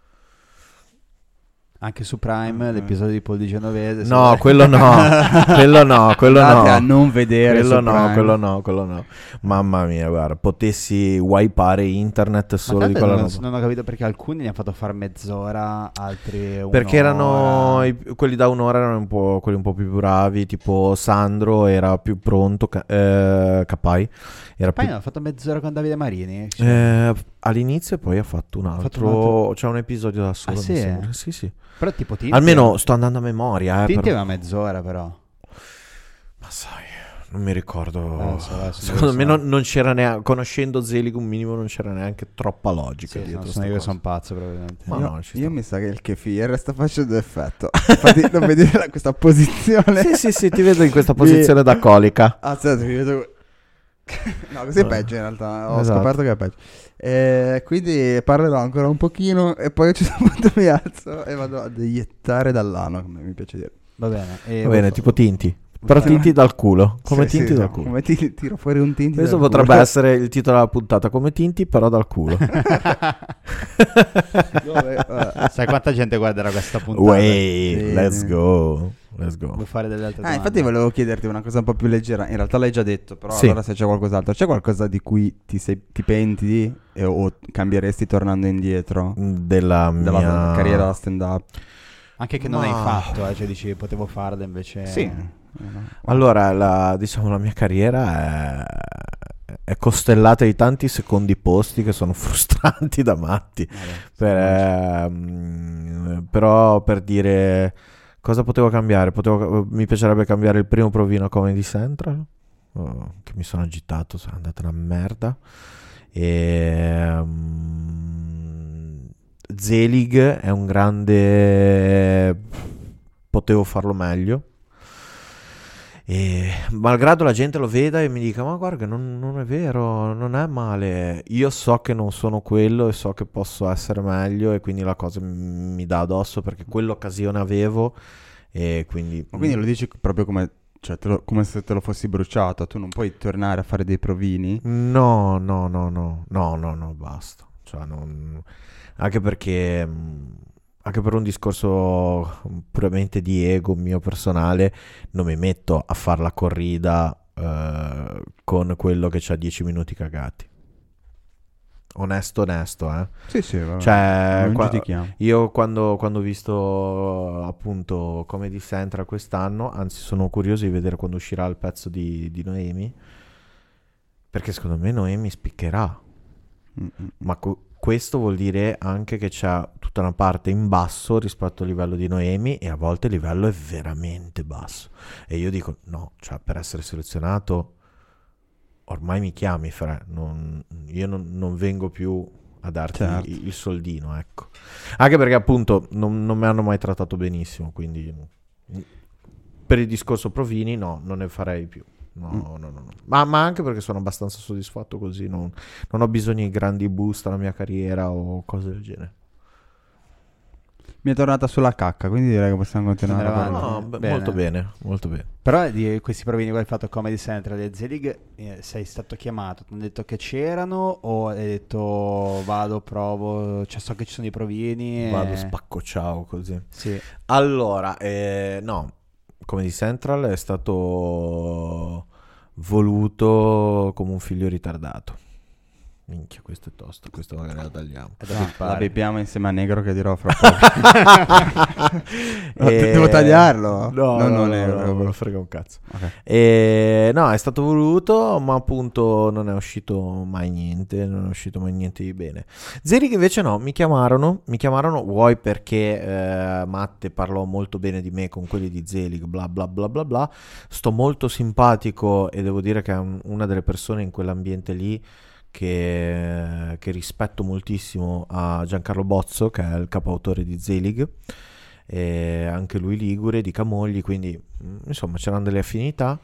Anche su Prime l'episodio di Paul Di Genovese. No, quello no. quello no. A non vedere quello no. Mamma mia, guarda, potessi wipeare internet solo di quella roba. Non ho capito perché alcuni ne hanno fatto fare mezz'ora, altri un'ora. Perché erano quelli da un'ora erano quelli un po' più bravi, tipo Sandro era più pronto, Capai era Poi hanno fatto mezz'ora con Davide Marini. All'inizio e poi ha fatto un altro. C'è un episodio da solo. Sì? Mi sembra. Sì. Però tipo Tinti almeno sto andando a memoria. Tinti aveva mezz'ora però. Ma sai, non mi ricordo. Secondo me non c'era neanche, conoscendo Zelig un minimo, non c'era neanche troppa logica dietro. Sono io che sono pazzo probabilmente. Ma io mi sa che il kefir sta facendo effetto. Infatti non vedere questa posizione. Sì, ti vedo in questa posizione da colica. Aspetta, mi vedo. No, così è peggio in realtà. Ho Esatto. scoperto che è peggio. Quindi parlerò ancora un pochino e poi a un certo punto mi alzo e vado a deiettare dall'ano, come mi piace dire. Va bene. Va bene, tipo Tinti. Però Tinti dal culo. Come Sì, Tinti sì, dal no, culo. come tiro fuori un Tinti Questo dal potrebbe culo. essere il titolo della puntata. Come Tinti, però dal culo. Sai quanta gente guarderà questa puntata? Way, Sì, let's sì. go. Let's go. Vuoi fare delle altre domande? Infatti volevo chiederti una cosa un po' più leggera. In realtà l'hai già detto, però Sì. allora se c'è qualcos'altro. C'è qualcosa di cui ti penti o cambieresti tornando indietro della della mia carriera da stand-up? Anche che non hai fatto, cioè dici potevo farla invece... Sì. Allora, la mia carriera è costellata di tanti secondi posti che sono frustranti da matti. Però per dire cosa potevo cambiare, mi piacerebbe cambiare il primo provino a Comedy Central, che mi sono agitato, sono andata una merda. Zelig è un grande, potevo farlo meglio. E malgrado la gente lo veda e mi dica ma guarda che non è vero, non è male, io so che non sono quello e so che posso essere meglio, e quindi la cosa mi dà addosso perché quell'occasione avevo, e quindi Ma quindi lo dici proprio come, cioè, come se te lo fossi bruciato. Tu non puoi tornare a fare dei provini? no, basta, cioè, anche perché anche per un discorso puramente di ego mio personale, non mi metto a fare la corrida con quello che c'ha 10 minuti cagati. Onesto, Sì, vabbè. Cioè, Non giudichiamo. io quando ho visto appunto Comedy Central quest'anno, anzi sono curioso di vedere quando uscirà il pezzo di Noemi, perché secondo me Noemi spiccherà. Ma questo vuol dire anche che c'è tutta una parte in basso rispetto al livello di Noemi, e a volte il livello è veramente basso, e io dico no, cioè per essere selezionato ormai mi chiami io non vengo più a darti Certo. il soldino, ecco, anche perché appunto non mi hanno mai trattato benissimo, quindi per il discorso provini no, non ne farei più. No. Ma anche perché sono abbastanza soddisfatto così, non ho bisogno di grandi boost alla mia carriera o cose del genere. Mi è tornata sulla cacca, quindi direi che possiamo continuare. Andare avanti. Bene. Molto bene. Però di questi provini che hai fatto a Comedy Central e Zelig, sei stato chiamato, ti hanno detto che c'erano o hai detto vado, provo, cioè so che ci sono i provini Vado, spacco, ciao, così. Sì. Allora, no, Comedy Central è stato voluto come un figlio ritardato. Minchia, questo è tosto, questo magari la tagliamo. La bepiamo insieme a Negro che dirò fra poco. Devo tagliarlo? No, non me lo frega un cazzo. Okay. No, è stato voluto, ma appunto non è uscito mai niente di bene. Zelig invece no, mi chiamarono, vuoi perché Matte parlò molto bene di me con quelli di Zelig, bla bla bla bla bla. Sto molto simpatico e devo dire che è una delle persone in quell'ambiente lì che rispetto moltissimo, a Giancarlo Bozzo, che è il capoautore di Zelig, e anche lui ligure, di Camogli, quindi insomma c'erano delle affinità.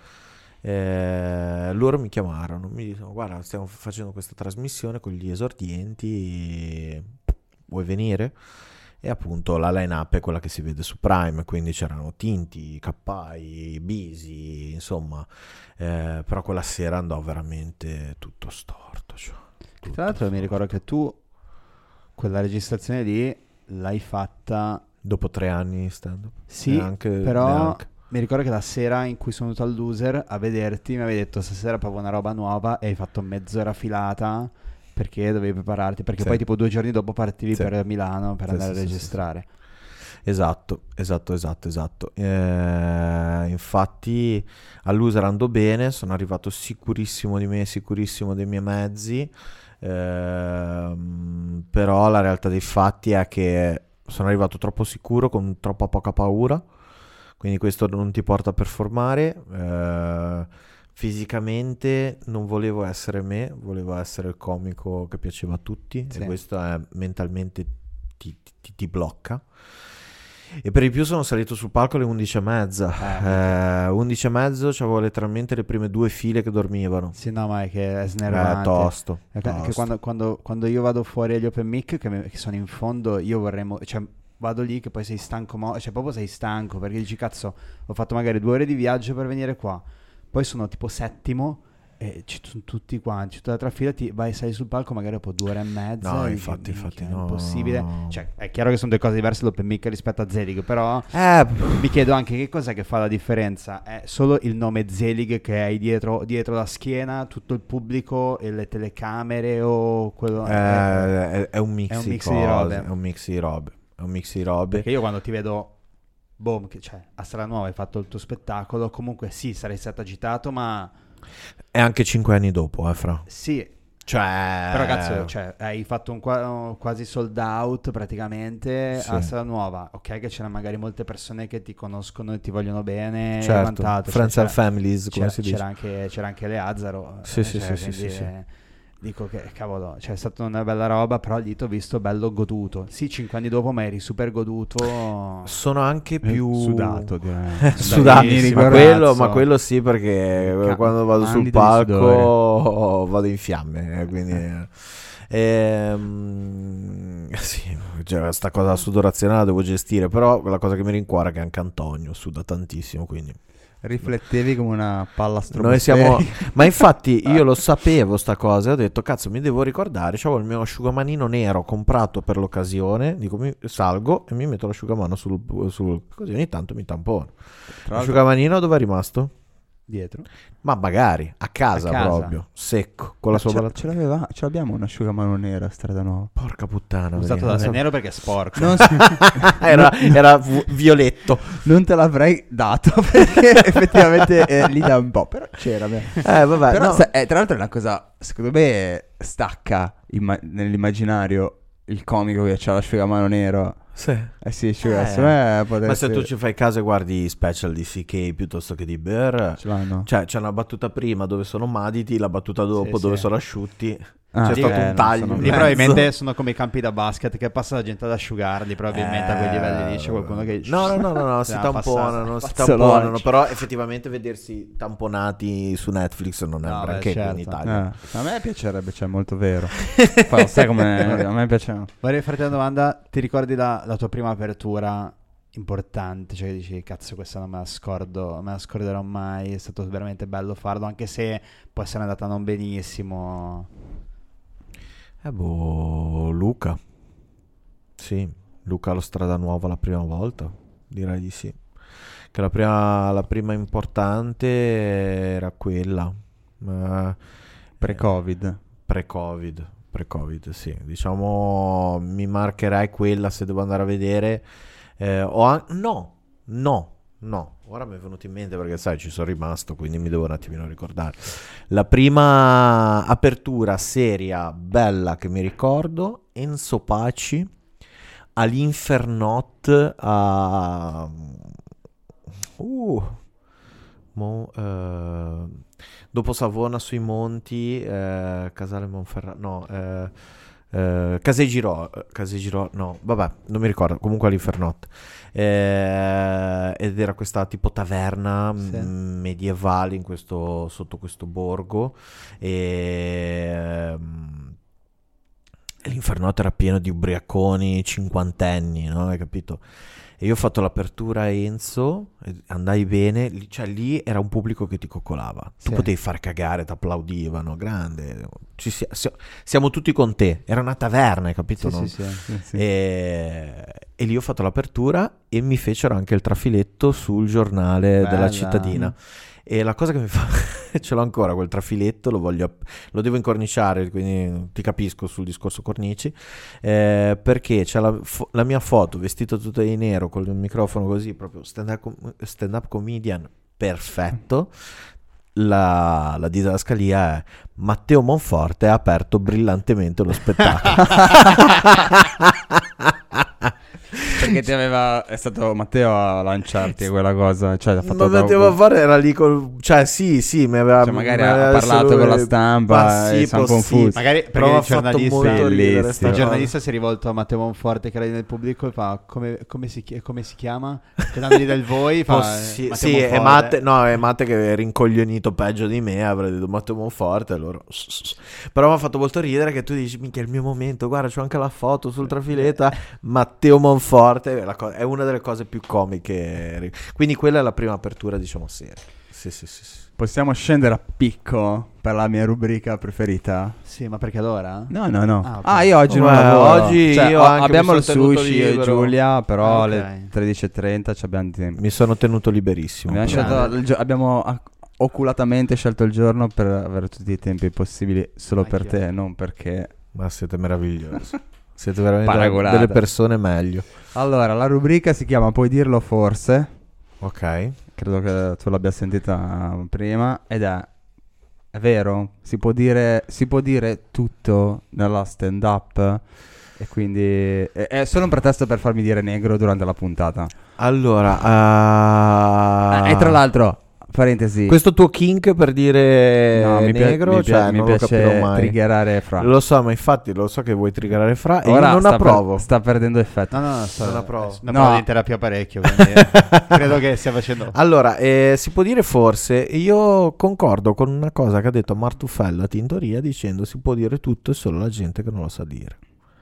Loro mi chiamarono, mi dicono guarda, stiamo facendo questa trasmissione con gli esordienti, vuoi venire? E appunto la line-up è quella che si vede su Prime, quindi c'erano Tinti, Cappai, Bisi, insomma, però quella sera andò veramente tutto storto. Cioè, tutto. Tra l'altro mi ricordo che tu quella registrazione lì l'hai fatta dopo 3 anni di stand-up. Sì, anche però neanche. Mi ricordo che la sera in cui sono venuto al Loser a vederti mi avevi detto stasera provo una roba nuova e hai fatto mezz'ora filata perché dovevi prepararti, perché poi tipo 2 giorni dopo partivi per Milano per andare a registrare. Esatto. Infatti al Loser andò bene, sono arrivato sicurissimo di me, sicurissimo dei miei mezzi, però la realtà dei fatti è che sono arrivato troppo sicuro, con troppa poca paura, quindi questo non ti porta a performare. Fisicamente non volevo essere me, volevo essere il comico che piaceva a tutti, e questo è mentalmente ti blocca. E per di più sono salito sul palco alle 11:30. 11:30 c'avevo letteralmente le prime 2 file che dormivano. Sì, no, ma è che è snervante. Tosto. Che quando io vado fuori agli open mic, che sono in fondo, io vorrei... cioè, vado lì che poi sei stanco, cioè proprio sei stanco, perché dici, cazzo, ho fatto magari 2 ore di viaggio per venire qua. Poi sono tipo settimo... e ci sono tutti quanti, tutta l'altra fila, vai, sei sul palco magari dopo 2 ore e mezza. No, infatti è no. impossibile. Cioè, è chiaro che sono 2 cose diverse l'open mic rispetto a Zelig, però mi chiedo anche che cos'è che fa la differenza. È solo il nome Zelig che hai dietro la schiena, tutto il pubblico e le telecamere, o quello è un mix di robe. È un mix di robe. Perché io quando ti vedo cioè a Stranuova hai fatto il tuo spettacolo, comunque sì, sarei stato agitato, ma è anche 5 anni dopo, Fra. Sì. Cioè... Però cazzo, cioè, hai fatto un quasi sold out praticamente, sì, a Stranuova. Ok che c'erano magari molte persone che ti conoscono e ti vogliono bene, certo, friends and families, come si dice. C'era anche Leazzaro. Sì. Dico che cavolo, cioè è stata una bella roba, però lì ti ho visto bello goduto. Sì, 5 anni dopo, ma eri super goduto. Sono anche più sudato, ma quello sì, perché quando vado sul palco vado in fiamme, quindi sì, cioè, sta cosa sudorazione la devo gestire, però la cosa che mi rincuora è che anche Antonio suda tantissimo, quindi riflettevi come una palla strobosferica. Noi siamo... Ma infatti io lo sapevo sta cosa e ho detto cazzo, mi devo ricordare, c'avevo il mio asciugamanino nero comprato per l'occasione, dico salgo e mi metto l'asciugamano sul così ogni tanto mi tampono. L'asciugamanino dove è rimasto? Dietro. Ma magari a casa proprio secco con la sua ce l'abbiamo un asciugamano nero a Stradanova. Porca puttana, usato da nero perché è sporco. era violetto. Non te l'avrei dato perché effettivamente lì da un po', però c'era vabbè, però no. Tra l'altro è una cosa, secondo me stacca nell'immaginario il comico che c'ha l'asciugamano nero. Sì. Sì, cioè, ma se tu ci fai caso e guardi i special di CK piuttosto che di Bear, cioè c'è una battuta prima dove sono maditi, la battuta dopo dove sono asciutti. C'è stato un taglio. Lì probabilmente sono come i campi da basket che passa la gente ad asciugarli. Probabilmente a quei livelli lì c'è qualcuno che no, si tamponano. Però effettivamente vedersi tamponati su Netflix non è un granché in Italia. A me piacerebbe, cioè molto vero. Poi, sai come a me piace. Vorrei farti una domanda. Ti ricordi la tua prima apertura importante, cioè dici cazzo, questa non me la scorderò mai, è stato veramente bello farlo, anche se può essere andata non benissimo? Luca. Sì, Luca allo Stradanova la prima volta, direi di sì. Che la prima importante era quella pre-Covid, sì. Diciamo mi marcherei quella se devo andare a vedere. No. Ora mi è venuto in mente perché sai ci sono rimasto, quindi mi devo un attimino ricordare. La prima apertura seria bella che mi ricordo, Enzo Paci all'Infernot dopo Savona sui Monti, Casale Monferrato, Casegirò, no, vabbè, non mi ricordo, comunque all'Infernot. Ed era questa tipo taverna medievale sotto questo borgo, e l'Infernot era pieno di ubriaconi cinquantenni, no? Hai capito? E io ho fatto l'apertura a Enzo, andai bene, cioè lì era un pubblico che ti coccolava, tu potevi far cagare, ti applaudivano, grande, siamo tutti con te, era una taverna, hai capito? Sì. E lì ho fatto l'apertura e mi fecero anche il trafiletto sul giornale della cittadina. E la cosa che mi fa ce l'ho ancora quel trafiletto, lo devo incorniciare, quindi ti capisco sul discorso cornici, perché c'è la mia foto vestito tutto di nero con il microfono così, proprio stand-up comedian perfetto. La didascalia è: Matteo Monforte ha aperto brillantemente lo spettacolo. Perché è stato Matteo a lanciarti quella cosa, cioè ha fatto non mettevo a fare, era lì cioè sì, mi aveva, cioè, magari ha parlato con la stampa e siamo confusi. Magari però perché ha fatto molto ridere il giornalista si è rivolto a Matteo Monforte che era lì nel pubblico e fa come si chiama? Dandogli del voi fa sì, è Matte che è rincoglionito peggio di me, avrei detto Matteo Monforte, allora però mi ha fatto molto ridere che tu dici minchia, è il mio momento, guarda c'ho anche la foto sul trafiletta Matteo Monforte, è una delle cose più comiche, quindi quella è la prima apertura, diciamo, seria. Sì. Possiamo scendere a picco per la mia rubrica preferita? Sì, ma perché allora? No. Okay. Io oggi non lavoro. Oggi cioè, io anche abbiamo il sushi libero. e Giulia, però Okay. alle 13:30 ci abbiamo tempo. Mi sono tenuto liberissimo. Abbiamo oculatamente scelto il giorno per avere tutti i tempi possibili solo per Anch'io. te, non perché... Ma siete meravigliosi. Siete veramente Paragonate. delle persone meglio. Allora, la rubrica si chiama Puoi dirlo forse. Ok. Credo che tu l'abbia sentita prima. Ed è vero, si può dire tutto nella stand up. E quindi è solo un pretesto per farmi dire negro durante la puntata. Allora E tra l'altro, parentesi, questo tuo kink per dire negro, mi non lo capirò piace mai. triggerare Fra. Lo so, ma infatti lo so che vuoi triggerare Fra. Ora e io non approvo. sta perdendo effetto. No, Non approvo. Ne parlo in terapia parecchio, quindi credo che stia facendo. Allora, si può dire forse, io concordo con una cosa che ha detto Martufello a Tintoria, dicendo si può dire tutto e solo la gente che non lo sa dire.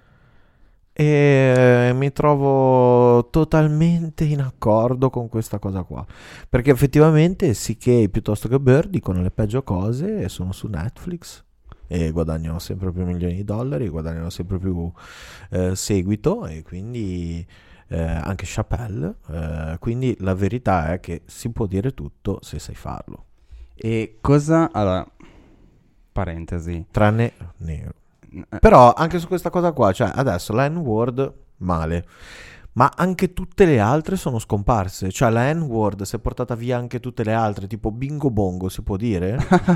E mi trovo totalmente in accordo con questa cosa qua, perché effettivamente CK piuttosto che Bird dicono le peggio cose e sono su Netflix e guadagnano sempre più milioni di dollari, guadagnano sempre più seguito, e quindi anche Chappelle, quindi la verità è che si può dire tutto se sai farlo. E cosa... Allora, parentesi. Tranne nero. Però anche su questa cosa qua, cioè adesso la N-word male, ma anche tutte le altre sono scomparse, cioè la N-word si è portata via anche tutte le altre, tipo bingo bongo si può dire?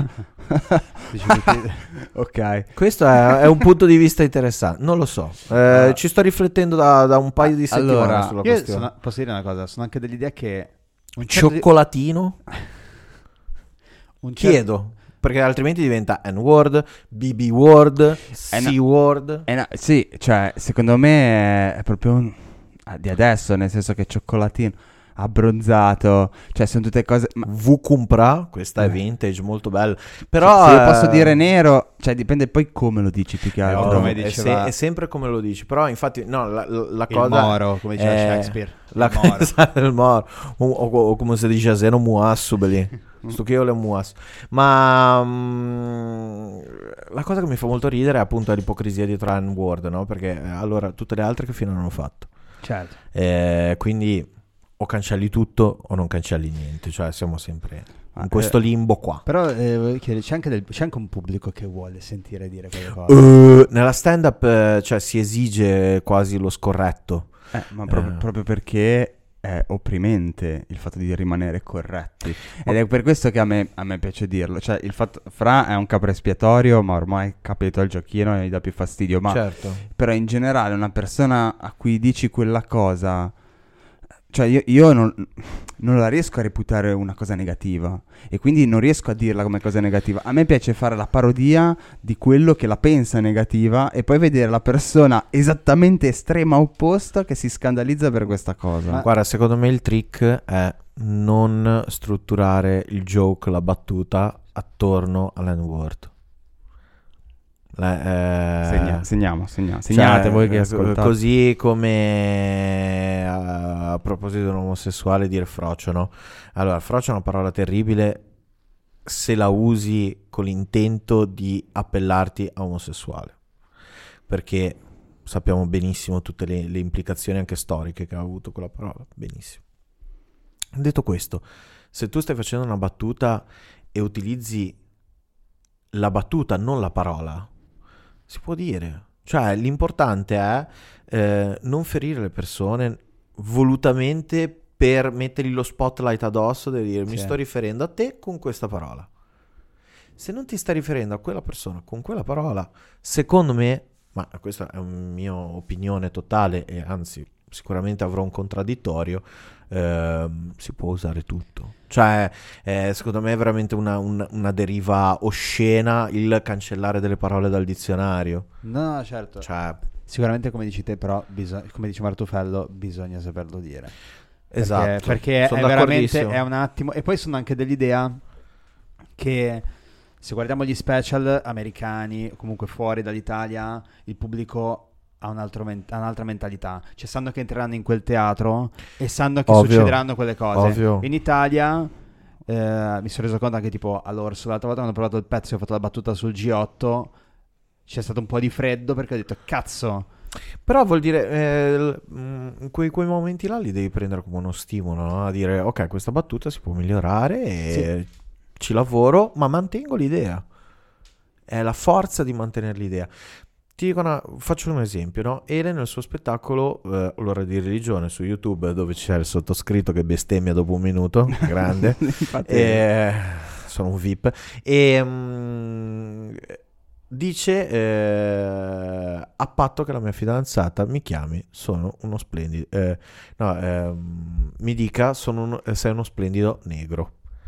Ok. Questo è un punto di vista interessante, non lo so, ci sto riflettendo da un paio di settimane allora, sulla questione. Posso dire una cosa, sono anche dell'idea che Cioccolatino? Chiedo. Perché altrimenti diventa N-word, BB-word, C-word. Sì, cioè, secondo me è proprio di adesso, nel senso che cioccolatino, abbronzato, cioè sono tutte cose... V-Cumpra, questa è vintage, molto bella. Però se io posso dire nero, cioè dipende poi come lo dici più che altro. È sempre come lo dici, però infatti no, la cosa... Il moro, come diceva Shakespeare. Il moro. O come si dice a Zeno Muassubeli. Sto che io le muas. Ma la cosa che mi fa molto ridere è appunto l'ipocrisia dietro a N-word, no? Perché allora tutte le altre che fine hanno fatto? Certo. Quindi o cancelli tutto o non cancelli niente, cioè siamo sempre in questo limbo qua. Però c'è anche un pubblico che vuole sentire dire quelle cose. Nella stand up cioè si esige quasi lo scorretto. Ma proprio perché è opprimente il fatto di rimanere corretti, ed è per questo che a me piace dirlo, cioè il fatto Fra è un capro espiatorio, ma ormai è capito al giochino e gli dà più fastidio, ma certo. Però in generale una persona a cui dici quella cosa, cioè io non la riesco a reputare una cosa negativa, e quindi non riesco a dirla come cosa negativa. A me piace fare la parodia di quello che la pensa negativa e poi vedere la persona esattamente estrema opposta che si scandalizza per questa cosa. Guarda, secondo me il trick è non strutturare il joke, la battuta attorno all'N-word. Segnate voi che ascoltate. Così come a proposito di un omosessuale dire frocio, no? Allora, frocio è una parola terribile se la usi con l'intento di appellarti a omosessuale, perché sappiamo benissimo tutte le implicazioni anche storiche che ha avuto quella parola. Benissimo. Detto questo, se tu stai facendo una battuta e utilizzi la battuta, non la parola, si può dire. Cioè l'importante è non ferire le persone volutamente per mettergli lo spotlight addosso, devi dire mi sto riferendo a te con questa parola. Se non ti stai riferendo a quella persona con quella parola, secondo me, ma questa è una mia opinione totale e anzi sicuramente avrò un contraddittorio, si può usare tutto. Cioè, secondo me è veramente una deriva oscena il cancellare delle parole dal dizionario. No, certo. Cioè, sicuramente, come dici te, però, come dice Martufello, bisogna saperlo dire. Esatto. Perché sono è veramente d'accordissimo. è un attimo. E poi sono anche dell'idea che, se guardiamo gli special americani, o comunque fuori dall'Italia, il pubblico ha un'altra mentalità. Cioè, sanno che entreranno in quel teatro e sanno che succederanno quelle cose. Ovvio. In Italia mi sono reso conto anche tipo all'Orso l'altra volta, quando ho provato il pezzo e ho fatto la battuta sul G8, c'è stato un po' di freddo perché ho detto cazzo. Però vuol dire, quei momenti là li devi prendere come uno stimolo, no? A dire, ok, questa battuta si può migliorare e ci lavoro, ma mantengo l'idea. È la forza di mantenere l'idea. Ti dico faccio un esempio, no? Ele nel suo spettacolo L'ora di religione su YouTube, dove c'è il sottoscritto che bestemmia dopo un minuto, grande, sono un VIP, e dice a patto che la mia fidanzata mi chiami, sono uno splendido, mi dica sei uno splendido negro.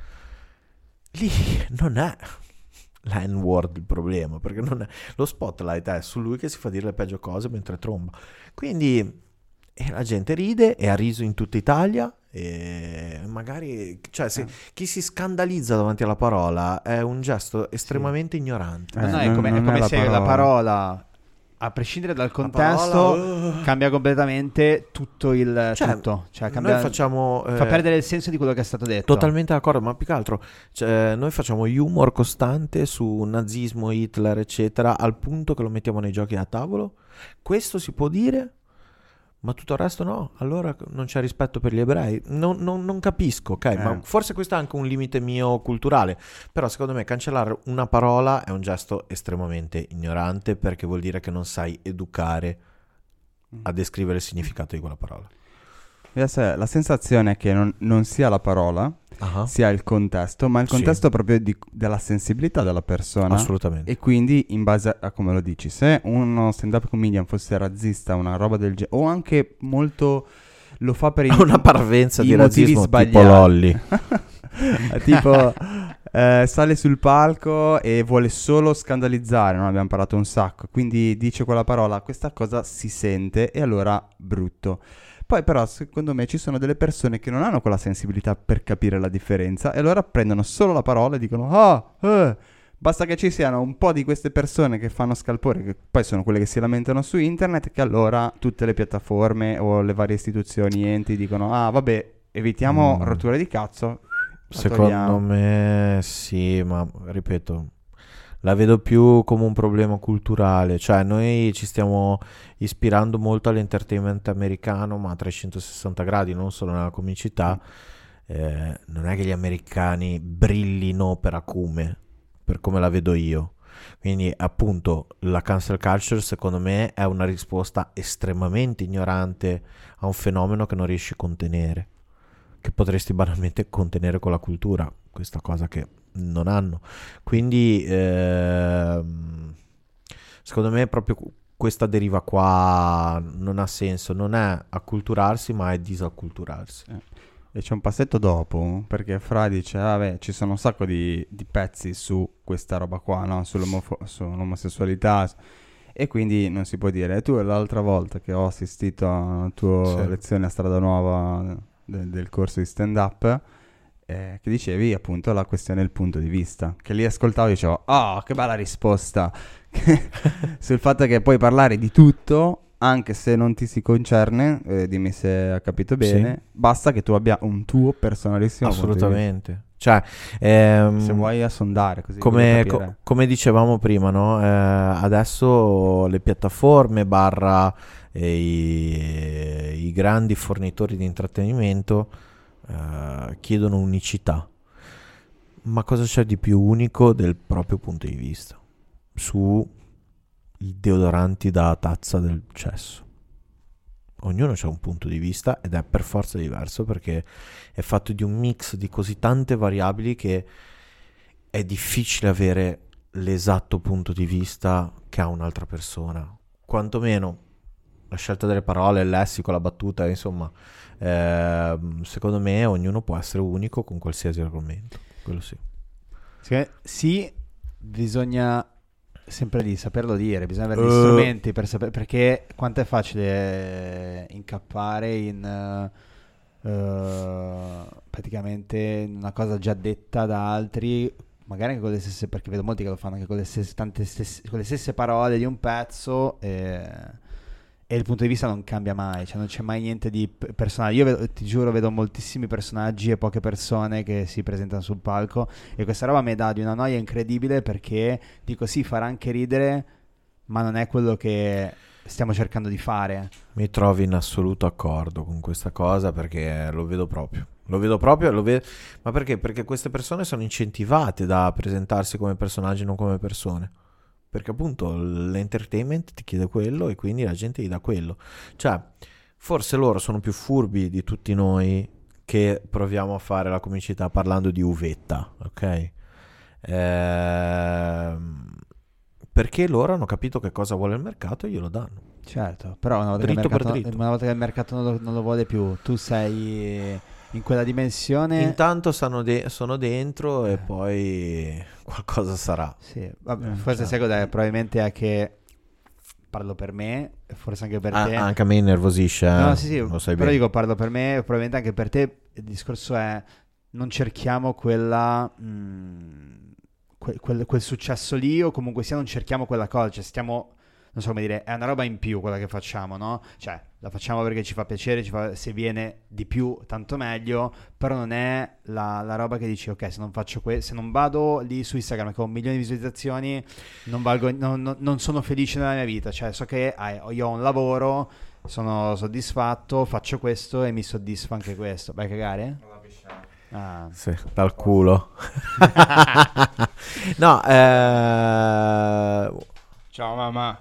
Lì non è la N-word il problema, perché non è, lo spotlight è su lui che si fa dire le peggio cose mentre tromba, quindi la gente ride e ha riso in tutta Italia, e magari, cioè, chi si scandalizza davanti alla parola è un gesto estremamente ignorante. No, è come se la parola, a prescindere dal contesto, cambia completamente tutto il tutto. Cioè, cambia, noi facciamo, fa perdere il senso di quello che è stato detto. Totalmente d'accordo, ma più che altro, noi facciamo humor costante su nazismo, Hitler, eccetera, al punto che lo mettiamo nei giochi da tavolo. Questo si può dire, ma tutto il resto no. Allora non c'è rispetto per gli ebrei. Non capisco, ok? Ma forse questo è anche un limite mio culturale. Però secondo me cancellare una parola è un gesto estremamente ignorante, perché vuol dire che non sai educare a descrivere il significato di quella parola. La sensazione è che non sia la parola, sia il contesto, ma il contesto proprio della sensibilità della persona. Assolutamente. E quindi, in base a come lo dici, se uno stand-up comedian fosse razzista, una roba del genere, o anche molto lo fa per una parvenza di razzismo sbagliati. Tipo Lolli. Tipo sale sul palco e vuole solo scandalizzare, non abbiamo parlato un sacco, quindi dice quella parola, questa cosa si sente e allora brutto. Poi però secondo me ci sono delle persone che non hanno quella sensibilità per capire la differenza e allora prendono solo la parola e dicono basta che ci siano un po' di queste persone che fanno scalpore, che poi sono quelle che si lamentano su internet, che allora tutte le piattaforme o le varie istituzioni, enti dicono vabbè, evitiamo rotture di cazzo. Secondo me sì, ma ripeto, la vedo più come un problema culturale. Cioè, noi ci stiamo ispirando molto all'entertainment americano, ma a 360 gradi, non solo nella comicità. Non è che gli americani brillino per acume, per come la vedo io. Quindi appunto la cancel culture secondo me è una risposta estremamente ignorante a un fenomeno che non riesci a contenere, che potresti banalmente contenere con la cultura, questa cosa che non hanno. Quindi secondo me proprio questa deriva qua non ha senso, non è acculturarsi ma è disacculturarsi. E c'è un passetto dopo, perché Fra dice vabbè, ci sono un sacco di pezzi su questa roba qua, no? Sull'omosessualità, e quindi non si può dire. E tu l'altra volta che ho assistito a una tua lezione a Strada Nuova del corso di stand up, che dicevi appunto la questione del punto di vista, che lì ascoltavo e dicevo che bella risposta sul fatto che puoi parlare di tutto anche se non ti si concerne, dimmi se ha capito bene, basta che tu abbia un tuo personalissimo assolutamente, cioè se vuoi assondare così come dicevamo prima, no? Adesso le piattaforme i grandi fornitori di intrattenimento chiedono unicità, ma cosa c'è di più unico del proprio punto di vista su i deodoranti da tazza del cesso? Ognuno c'ha un punto di vista ed è per forza diverso, perché è fatto di un mix di così tante variabili che è difficile avere l'esatto punto di vista che ha un'altra persona. Quantomeno la scelta delle parole, il lessico, la battuta, insomma, secondo me ognuno può essere unico con qualsiasi argomento, quello sì. Sì, bisogna sempre lì saperlo dire, bisogna avere gli strumenti per sapere, perché quanto è facile incappare in praticamente in una cosa già detta da altri, magari anche con le stesse, perché vedo molti che lo fanno anche con le stesse parole di un pezzo, e il punto di vista non cambia mai, cioè non c'è mai niente di personale. Io ti giuro, vedo moltissimi personaggi e poche persone che si presentano sul palco, e questa roba mi dà di una noia incredibile, perché dico sì, farà anche ridere, ma non è quello che stiamo cercando di fare. Mi trovi in assoluto accordo con questa cosa, perché lo vedo proprio, ma perché? Perché queste persone sono incentivate da presentarsi come personaggi, non come persone. Perché appunto l'entertainment ti chiede quello, e quindi la gente gli dà quello. Cioè, forse loro sono più furbi di tutti noi che proviamo a fare la comicità parlando di uvetta, ok? Perché loro hanno capito che cosa vuole il mercato e glielo danno. Certo, però una volta che il mercato non lo vuole più, tu sei in quella dimensione. Intanto sono dentro e poi qualcosa sarà. Sì, vabbè, forse sai cos'è? Probabilmente è che parlo per me, forse anche per te. Anche a me innervosisce. No, sì, lo sai però bene. dico parlo per me, probabilmente anche per te. Il discorso è non cerchiamo quella quel successo lì, o comunque sia non cerchiamo quella cosa, cioè stiamo, non so come dire, è una roba in più quella che facciamo, no? Cioè la facciamo perché ci fa piacere, se viene di più tanto meglio, però non è la roba che dici ok, se non faccio se non vado lì su Instagram con milioni di visualizzazioni non sono felice nella mia vita, cioè so che io ho un lavoro, sono soddisfatto, faccio questo e mi soddisfa anche questo. Vai a cagare? Sì, dal culo. No, ciao mamma.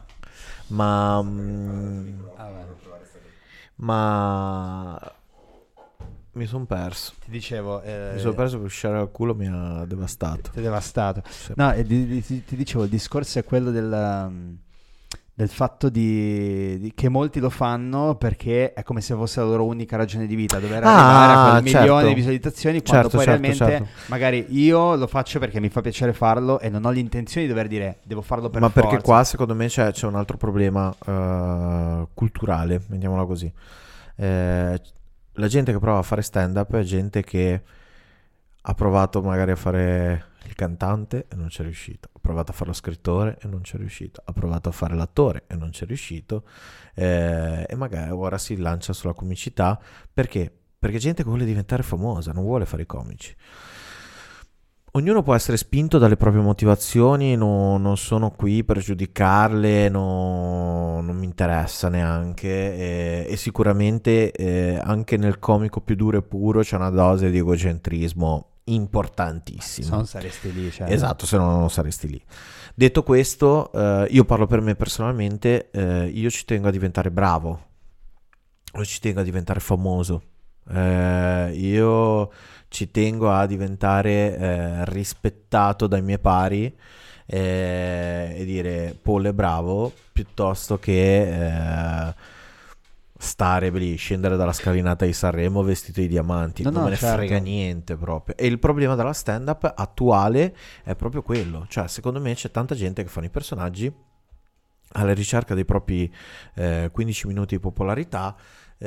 Ma mi sono perso. Ti dicevo, mi sono perso, per uscire dal culo mi ha devastato. Ti ha devastato. Sì. No, ti dicevo, il discorso è quello del fatto che molti lo fanno perché è come se fosse la loro unica ragione di vita, dover arrivare a quel milione di visualizzazioni, quando poi realmente magari io lo faccio perché mi fa piacere farlo e non ho l'intenzione di dover dire devo farlo per forza. Ma perché qua secondo me c'è un altro problema culturale, mettiamola così. La gente che prova a fare stand up è gente che ha provato magari a fare il cantante e non ci è riuscito, ha provato a fare lo scrittore e non ci è riuscito, ha provato a fare l'attore e non ci è riuscito, e magari ora si lancia sulla comicità. Perché gente che vuole diventare famosa, non vuole fare i comici. Ognuno può essere spinto dalle proprie motivazioni, non sono qui per giudicarle, non mi interessa neanche, e sicuramente anche nel comico più duro e puro c'è una dose di egocentrismo importantissimo. Se non saresti lì, cioè. Esatto, se no non saresti lì. Detto questo, io parlo per me personalmente, io ci tengo a diventare bravo, io ci tengo a diventare famoso, io ci tengo a diventare rispettato dai miei pari, e dire Paul è bravo, piuttosto che stare lì, scendere dalla scalinata di Sanremo vestito di diamanti. Non me ne frega niente proprio. E il problema della stand up attuale è proprio quello, cioè secondo me c'è tanta gente che fanno i personaggi alla ricerca dei propri 15 minuti di popolarità.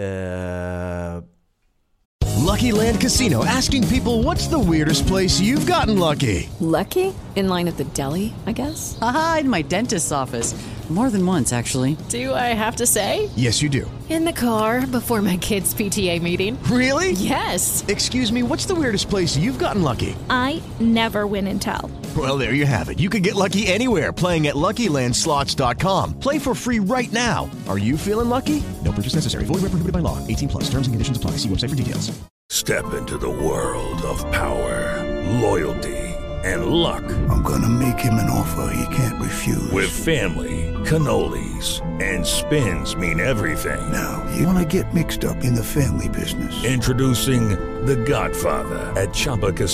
Lucky Land Casino, asking people, what's the weirdest place you've gotten lucky? Lucky? In line at the deli, I guess? Aha, in my dentist's office. More than once, actually. Do I have to say? Yes, you do. In the car before my kids' PTA meeting. Really? Yes. Excuse me, what's the weirdest place you've gotten lucky? I never win and tell. Well, there you have it. You can get lucky anywhere, playing at LuckyLandSlots.com. Play for free right now. Are you feeling lucky? No purchase necessary. Void where prohibited by law. 18+. Terms and conditions apply. See website for details. Step into the world of power, loyalty, and luck. I'm gonna make him an offer he can't refuse. With family, cannolis, and spins mean everything. Now, you wanna get mixed up in the family business. Introducing The Godfather at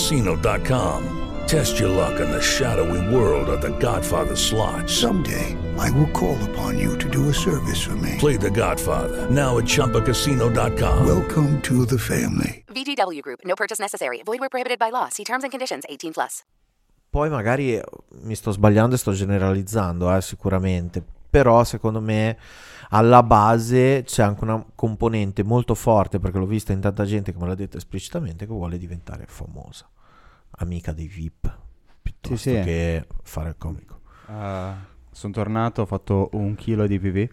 ChumbaCasino.com. Test your luck in the shadowy world of The Godfather slot. Someday, I will call upon you to do a service for me. Play The Godfather now at ChumbaCasino.com. Welcome to the family. VGW Group. No purchase necessary. Void where prohibited by law. See terms and conditions. 18+. Poi magari mi sto sbagliando e sto generalizzando, sicuramente. Però secondo me alla base c'è anche una componente molto forte, perché l'ho vista in tanta gente che me l'ha detto esplicitamente, che vuole diventare famosa, amica dei VIP, piuttosto che fare il comico. Sono tornato, ho fatto 1 chilo di pipì.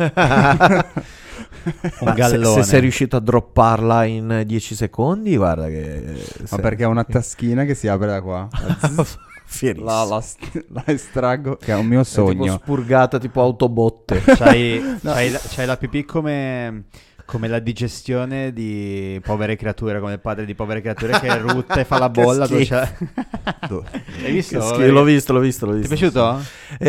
Un gallone. Se sei riuscito a dropparla in 10 secondi, guarda che... Ma perché ha una taschina che si apre da qua. Fierissimo. La estraggo, che è un mio sogno. È tipo spurgata, tipo autobotte. C'hai la pipì come la digestione di Povere Creature, come il padre di Povere Creature che rutta e fa la bolla. Hai visto? L'ho visto. Ti è piaciuto?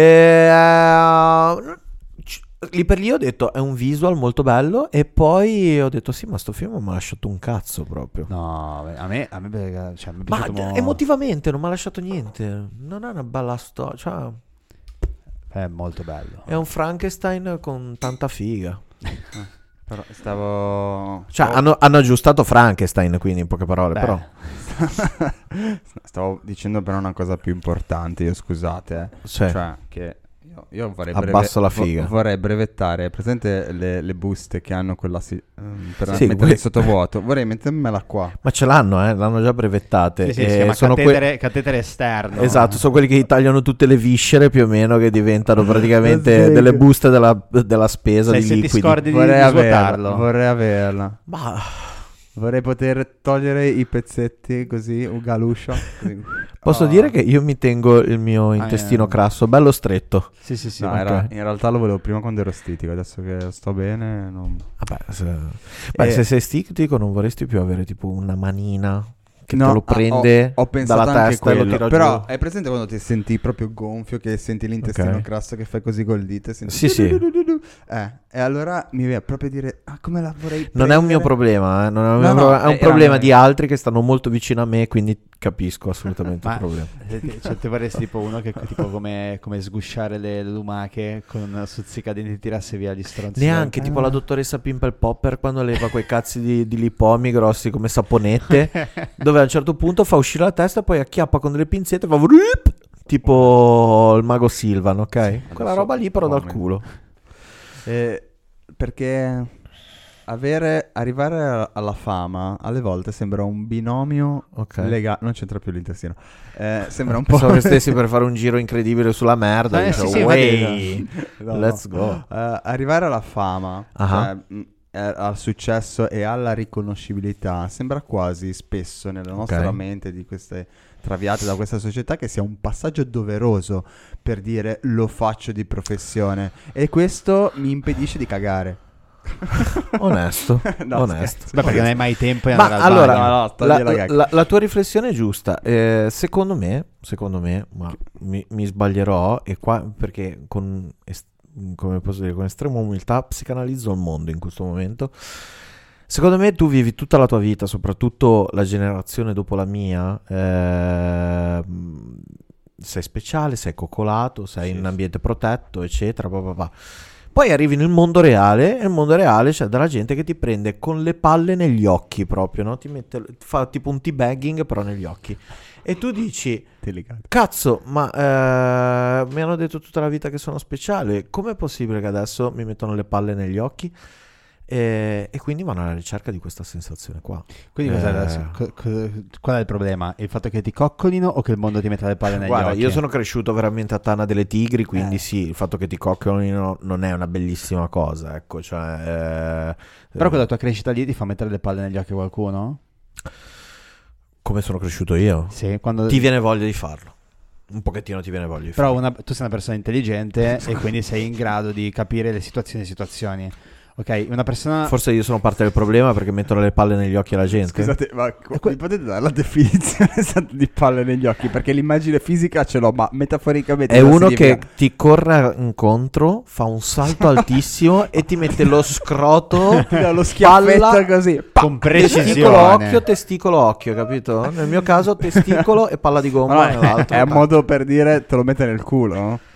Lì per lì ho detto è un visual molto bello, e poi ho detto sì, ma sto film mi ha lasciato un cazzo proprio. No, a me mi è ma piaciuto emotivamente non mi ha lasciato niente. Non è una bella storia, cioè, è molto bello. È un Frankenstein con tanta figa. Però hanno aggiustato Frankenstein, quindi in poche parole. Però stavo dicendo però una cosa più importante, io scusate, cioè che io vorrei abbasso la figa. Vorrei brevettare, presente le buste che hanno quella per mettere il sottovuoto, vorrei mettermela qua. Ma ce l'hanno già brevettate. Sì, si chiama sono catetere esterno. Esatto, sono quelli che tagliano tutte le viscere più o meno, che diventano praticamente delle buste della spesa di liquidi. Ti scordi vorrei di svuotarlo. Vorrei averla. Ma vorrei poter togliere i pezzetti così, un galuscio. Posso dire che io mi tengo il mio intestino crasso bello stretto. Sì. No, in realtà lo volevo prima quando ero stitico, adesso che sto bene Vabbè, se sei stitico non vorresti più avere tipo una manina che te lo prende ho pensato dalla anche testa e lo tira però giù. hai presente quando ti senti proprio gonfio, che senti l'intestino crasso, che fai così col dito e senti sì. E allora mi viene proprio a dire come la vorrei prendere. Non è un mio problema, non è un mio problema, è un problema di altri che stanno molto vicino a me, quindi capisco assolutamente il problema. Cioè te vorresti tipo uno che tipo come sgusciare le lumache con una stuzzicadenti ti tirasse via gli stronzi. Neanche tipo la dottoressa Pimple Popper quando leva quei cazzi di lipomi grossi come saponette, dove a un certo punto fa uscire la testa e poi acchiappa con delle pinzette e fa tipo il mago Silvan, ok? Sì, quella roba lì però dal culo. Perché arrivare alla fama alle volte sembra un binomio legato. Non c'entra più l'intestino. Sembra un po'. Pensavo che stessi per fare un giro incredibile sulla merda. Let's go. Arrivare alla fama, cioè, al successo e alla riconoscibilità sembra quasi spesso nella nostra mente, di queste traviate da questa società, che sia un passaggio doveroso per dire lo faccio di professione, e questo mi impedisce di cagare. Onesto. Beh, perché non hai mai tempo di ma andare al allora bagno. la tua riflessione è giusta. Secondo me, ma mi sbaglierò, e qua perché come posso dire, con estrema umiltà psicanalizzo il mondo in questo momento. Secondo me tu vivi tutta la tua vita, soprattutto la generazione dopo la mia, sei speciale, sei coccolato, sei in un ambiente protetto, eccetera, Poi arrivi nel mondo reale, e nel mondo reale c'è della gente che ti prende con le palle negli occhi proprio, no? Fa tipo un teabagging però negli occhi. E tu dici, cazzo, ma mi hanno detto tutta la vita che sono speciale, com'è possibile che adesso mi mettono le palle negli occhi? E quindi vanno alla ricerca di questa sensazione qua. Quindi qual è il problema? Il fatto che ti coccolino o che il mondo ti metta le palle negli occhi? Io sono cresciuto veramente a Tana delle Tigri, quindi sì, il fatto che ti coccolino non è una bellissima cosa, ecco, cioè, però quella tua crescita lì ti fa mettere le palle negli occhi a qualcuno? Come sono cresciuto io? Sì, quando ti viene voglia di farlo. Un pochettino ti viene voglia di farlo. Però tu sei una persona intelligente e quindi sei in grado di capire le situazioni. Ok, una persona... Forse io sono parte del problema perché mettono le palle negli occhi alla gente. Scusate, ma mi potete dare la definizione esatta di palle negli occhi? Perché l'immagine fisica ce l'ho, ma metaforicamente... È uno che ti corre incontro, fa un salto altissimo e ti mette lo scroto, lo schiaffetto così, con precisione. Testicolo, occhio, capito? Nel mio caso testicolo e palla di gomma nell'altro. È un modo per dire te lo mette nel culo, no?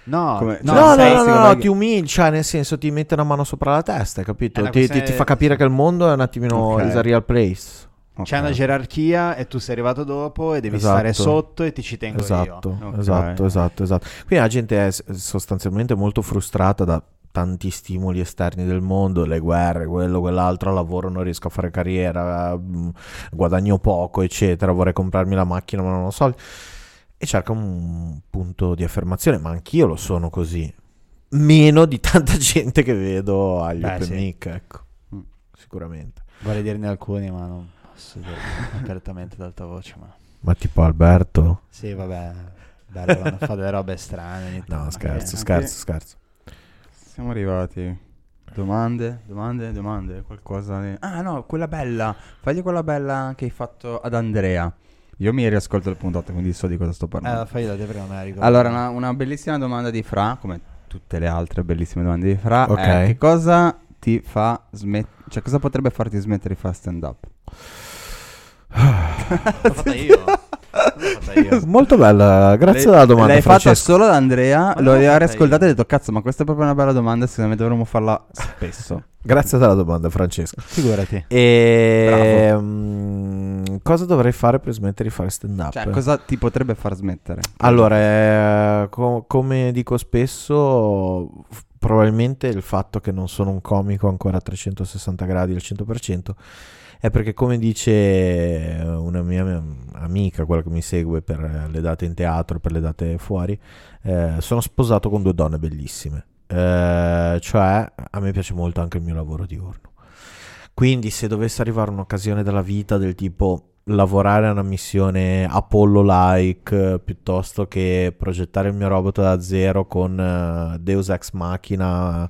No, Come- no, No, sei- no, ti umili, cioè nel senso ti mette una mano sopra la testa, capito? È una Ti questione- fa capire che il mondo è un attimino Ok. is a real place. C'è una gerarchia e tu sei arrivato dopo e devi Esatto. stare sotto e ti ci tengo Esatto, io. Ok. esatto. Quindi la gente è sostanzialmente molto frustrata da tanti stimoli esterni del mondo, le guerre, quello, quell'altro, lavoro, non riesco a fare carriera, guadagno poco, eccetera, vorrei comprarmi la macchina ma non ho soldi. E cerca un punto di affermazione, ma anch'io lo sono così. Meno di tanta gente che vedo agli Beh, open sì. mic, ecco. Sicuramente. Vorrei dirne alcuni, ma non posso dire apertamente ad alta voce. Ma tipo Alberto? Sì, vabbè. Bello quando fa delle robe strane. ogni No, tanto. scherzo. Siamo arrivati. Domande? Qualcosa di... Ah no, quella bella. Fagli quella bella che hai fatto ad Andrea. Io mi riascolto le puntate, quindi so di cosa sto parlando. Fai da te prima, me la ricordo. Allora, una bellissima domanda di Fra, come tutte le altre bellissime domande di Fra, Ok. è che cosa ti fa cioè cosa potrebbe farti smettere di fare stand up? L'ho fatta io. Molto bella, grazie della domanda, L'hai fatta Francesco. solo ad Andrea, Ma l'ho l'ho fatta riascoltata io. e ho detto cazzo, ma questa è proprio una bella domanda, secondo me dovremmo farla spesso. Grazie della domanda, Francesco. Figurati. Cosa dovrei fare per smettere di fare stand up? Cioè, cosa ti potrebbe far smettere? Allora, come dico spesso, probabilmente il fatto che non sono un comico ancora a 360 gradi al 100% è perché, come dice una mia amica, quella che mi segue per le date in teatro, per le date fuori, sono sposato con 2 donne bellissime. Cioè, a me piace molto anche il mio lavoro diurno. Quindi se dovesse arrivare un'occasione della vita del tipo lavorare a una missione Apollo-like piuttosto che progettare il mio robot da zero con Deus Ex Machina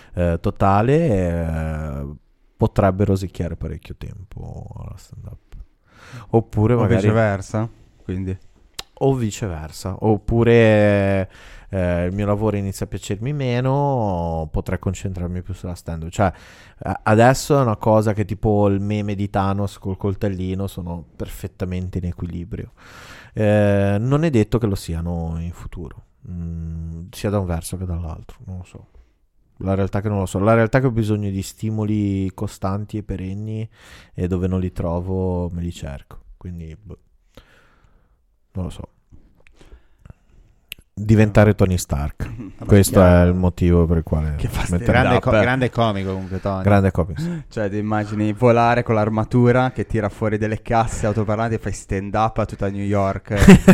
totale, potrebbe rosicchiare parecchio tempo alla stand-up. Oppure O magari viceversa, quindi o viceversa, oppure il mio lavoro inizia a piacermi meno, potrei concentrarmi più sulla stand-up. Cioè, adesso è una cosa che tipo il meme di Thanos col coltellino, sono perfettamente in equilibrio. Non è detto che lo siano in futuro, sia da un verso che dall'altro, non lo so. La realtà è che non lo so, la realtà è che ho bisogno di stimoli costanti e perenni e dove non li trovo me li cerco, quindi non lo so. Diventare Tony Stark. Questo è il motivo per il quale Che fa grande comico comunque Tony. Grande comico. Cioè ti immagini volare con l'armatura che tira fuori delle casse autoparlanti e fai stand up a tutta New York.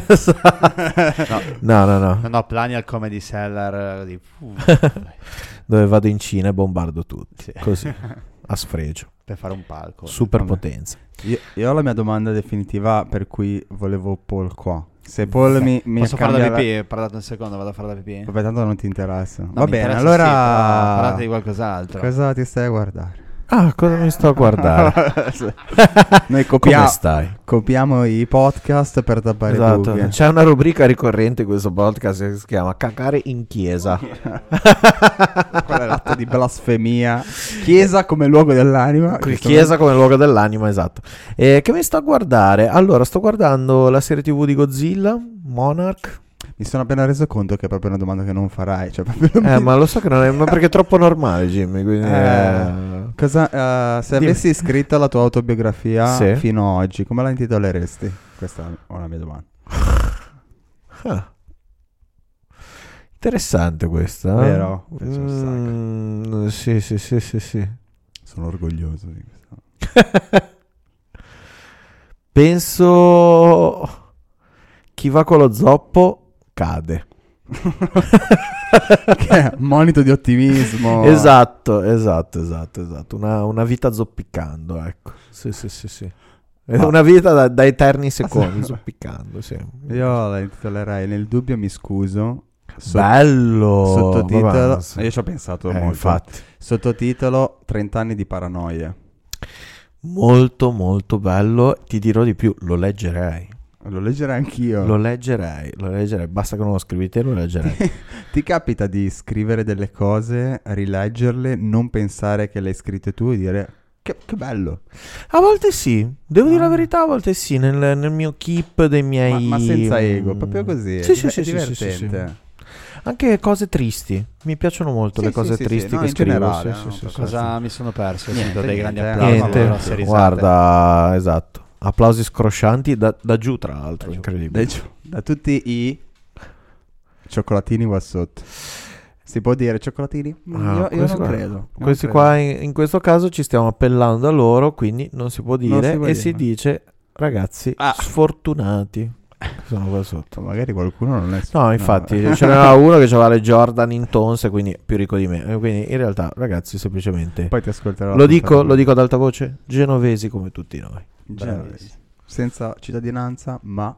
No. Non ho plani al Comedy Cellar Dove vado in Cina e bombardo tutti. Sì. Così, a sfregio. per fare un palco. Superpotenza. Io ho la mia domanda definitiva per cui volevo Paul qua. Se Paul mi posso fare cambia la pipì? Parlate un secondo, vado a fare la pipì. Vabbè, tanto non ti interessa. No, Va mi bene, interessa, allora sì, però parlate di qualcos'altro. Cosa ti stai a guardare? Ah, cosa mi sto a guardare? Noi Come stai? copiamo i podcast per tappare i Esatto. buchi. C'è una rubrica ricorrente in questo podcast che si chiama Cacare in chiesa. Qual è l'atto di blasfemia? Chiesa come luogo dell'anima. Chiesa come luogo dell'anima, esatto. Che mi sto a guardare? Allora, sto guardando la serie TV di Godzilla, Monarch. Mi sono appena reso conto che è proprio una domanda che non farai. Cioè, proprio Ma lo so che non è, ma perché è troppo normale, Jimmy. Quindi, se avessi scritto la tua autobiografia Sì. fino ad oggi, come la intitoleresti? Questa è la mia domanda. Interessante questa. Vero? Sì. Sono orgoglioso di questa. Penso chi va con lo zoppo cade. Che è monito di ottimismo. Esatto. Una vita zoppicando, ecco. Sì. Una vita da eterni secondi, zoppicando, sì. Io la intitolerei Nel dubbio mi scuso. Bello. Sottotitolo. Vabbè, Io ci ho pensato molto. infatti. Sottotitolo 30 anni di paranoia. Molto molto bello. Ti dirò di più, lo leggerei. Lo leggerei anch'io. Lo leggerei. Basta che non lo scrivi te, lo leggerei. Ti capita di scrivere delle cose, rileggerle, non pensare che le hai scritte tu e dire che bello. A volte sì, devo dire la verità, a volte sì, nel mio keep dei miei... Ma senza ego, proprio così. Sì, è divertente. sì. Anche cose tristi, mi piacciono molto le cose tristi no, che in scrivo. generale, Cosa mi sono perso? Niente, Sento dei grandi niente, applausi, Niente, grosse risate. guarda, esatto. Applausi scroscianti da giù, tra l'altro, incredibile. Da tutti i cioccolatini qua sotto. Si può dire cioccolatini? Io non credo. Questi qua in questo caso ci stiamo appellando a loro, quindi non si può dire, si dice ragazzi sfortunati. Sono qua sotto. Magari qualcuno non è No, infatti ce n'era uno che aveva le Jordan in tonse, quindi più ricco di me. Quindi in realtà, ragazzi, semplicemente poi ti ascolterò. Lo dico ad alta voce, genovesi come tutti noi. Genovesi. Senza cittadinanza, ma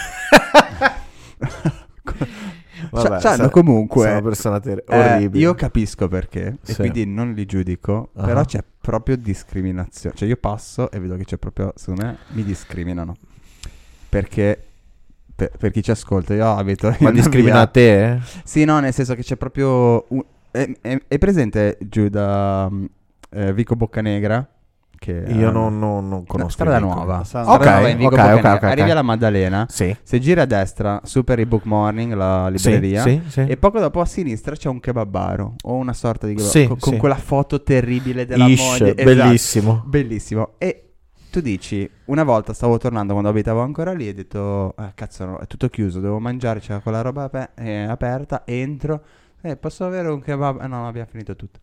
Vabbè, c'hanno comunque sono persone orribili. io capisco perché e Sì. quindi non li giudico, però c'è proprio discriminazione. Cioè io passo e vedo che c'è proprio, secondo me mi discriminano perché per chi ci ascolta io abito Ma discrimina te? Sì, no, nel senso che c'è proprio è presente giù da Vico Boccanegra, che io non conosco. Strada Nuova. Ok. Arrivi alla Maddalena, sì. Se giri a destra superi Book Morning, la libreria, sì. e poco dopo a sinistra c'è un kebabaro o una sorta di kebab Sì, con sì. quella foto terribile della Ish, moglie. bellissimo. Esatto, bellissimo. E tu dici, una volta stavo tornando quando abitavo ancora lì e ho detto cazzo, no, è tutto chiuso, devo mangiare, c'era quella roba aperta, entro, posso avere un kebab? No, abbiamo finito tutto.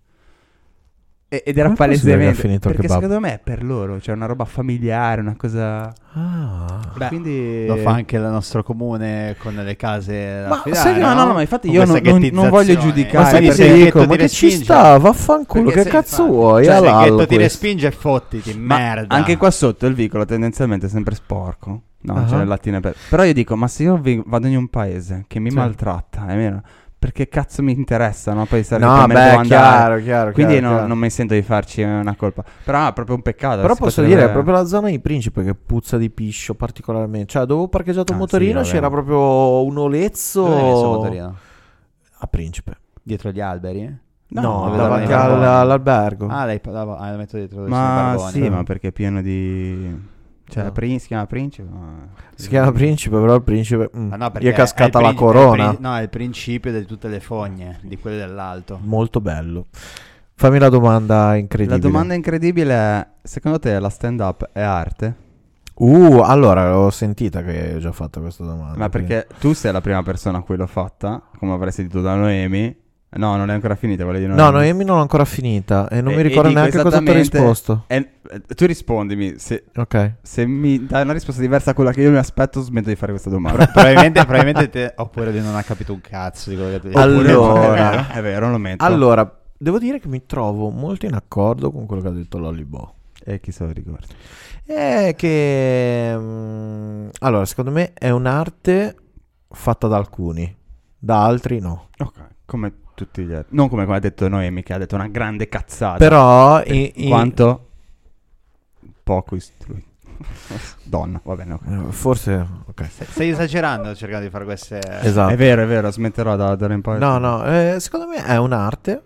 Ed era palesemente finito perché il kebab? secondo me è per loro, cioè una roba familiare, una cosa. Beh, quindi lo fa anche il nostro comune con le case da ma affidare, sai che no, ma infatti io Con non voglio giudicare. Ma sai che perché ti dico, ma che ci sta, vaffanculo, che cazzo vuoi? Cioè, se il All'allo ghetto ti questo. respinge, fottiti, ma merda. anche qua sotto il vicolo tendenzialmente è sempre sporco. No, c'è le lattine per. Però io dico, ma se io vado in un paese che mi maltratta, è vero, perché cazzo mi interessa, no? Poi stare No, che me ne devo andare. chiaro. Quindi chiaro. non mi sento di farci una colpa. Però è proprio un peccato. Però si posso potrebbe- dire, è proprio la zona di Principe che puzza di piscio particolarmente. Cioè, dove ho parcheggiato il motorino sì, c'era vabbè. proprio un olezzo. Dove hai messo il motorino? A Principe. Dietro gli alberi? No, vedo davanti nei barboni. all'albergo. Ah, lo metto dietro dove Ma sono i barboni. sì, ma perché è pieno di. Cioè, No. si chiama Principe? Si chiama Principe, però il Principe Ma no, gli perché è cascata il la corona. no, è il principio di tutte le fogne, di quelle dell'alto. Molto bello. Fammi la domanda incredibile. La domanda incredibile è: secondo te la stand-up è arte? Allora l'ho sentita che ho già fatto questa domanda. Ma perché tu sei la prima persona a cui l'ho fatta, come avrei sentito da Noemi. No, non è ancora finita quella di Noemi. No, Noemi non l'ho ancora finita e non mi ricordo dico neanche cosa ti ho esattamente- risposto. Tu rispondimi, Ok. se mi dai una risposta diversa da quella che io mi aspetto, smetto di fare questa domanda. probabilmente te, oppure non ha capito un cazzo di quello che ti Allora, è vero, lo metto. Allora, devo dire che mi trovo molto in accordo con quello che ha detto Lollibo. E chi se lo ricorda? È che allora, secondo me è un'arte fatta da alcuni, da altri no. Ok, come tutti gli altri. Non come ha detto Noemi, che ha detto una grande cazzata. Però quanto poco istruito. Donna, va bene, ok. Forse ok. Stai esagerando cercando di fare queste. Esatto. È vero, smetterò da d'ora in poi. No, secondo me è un'arte,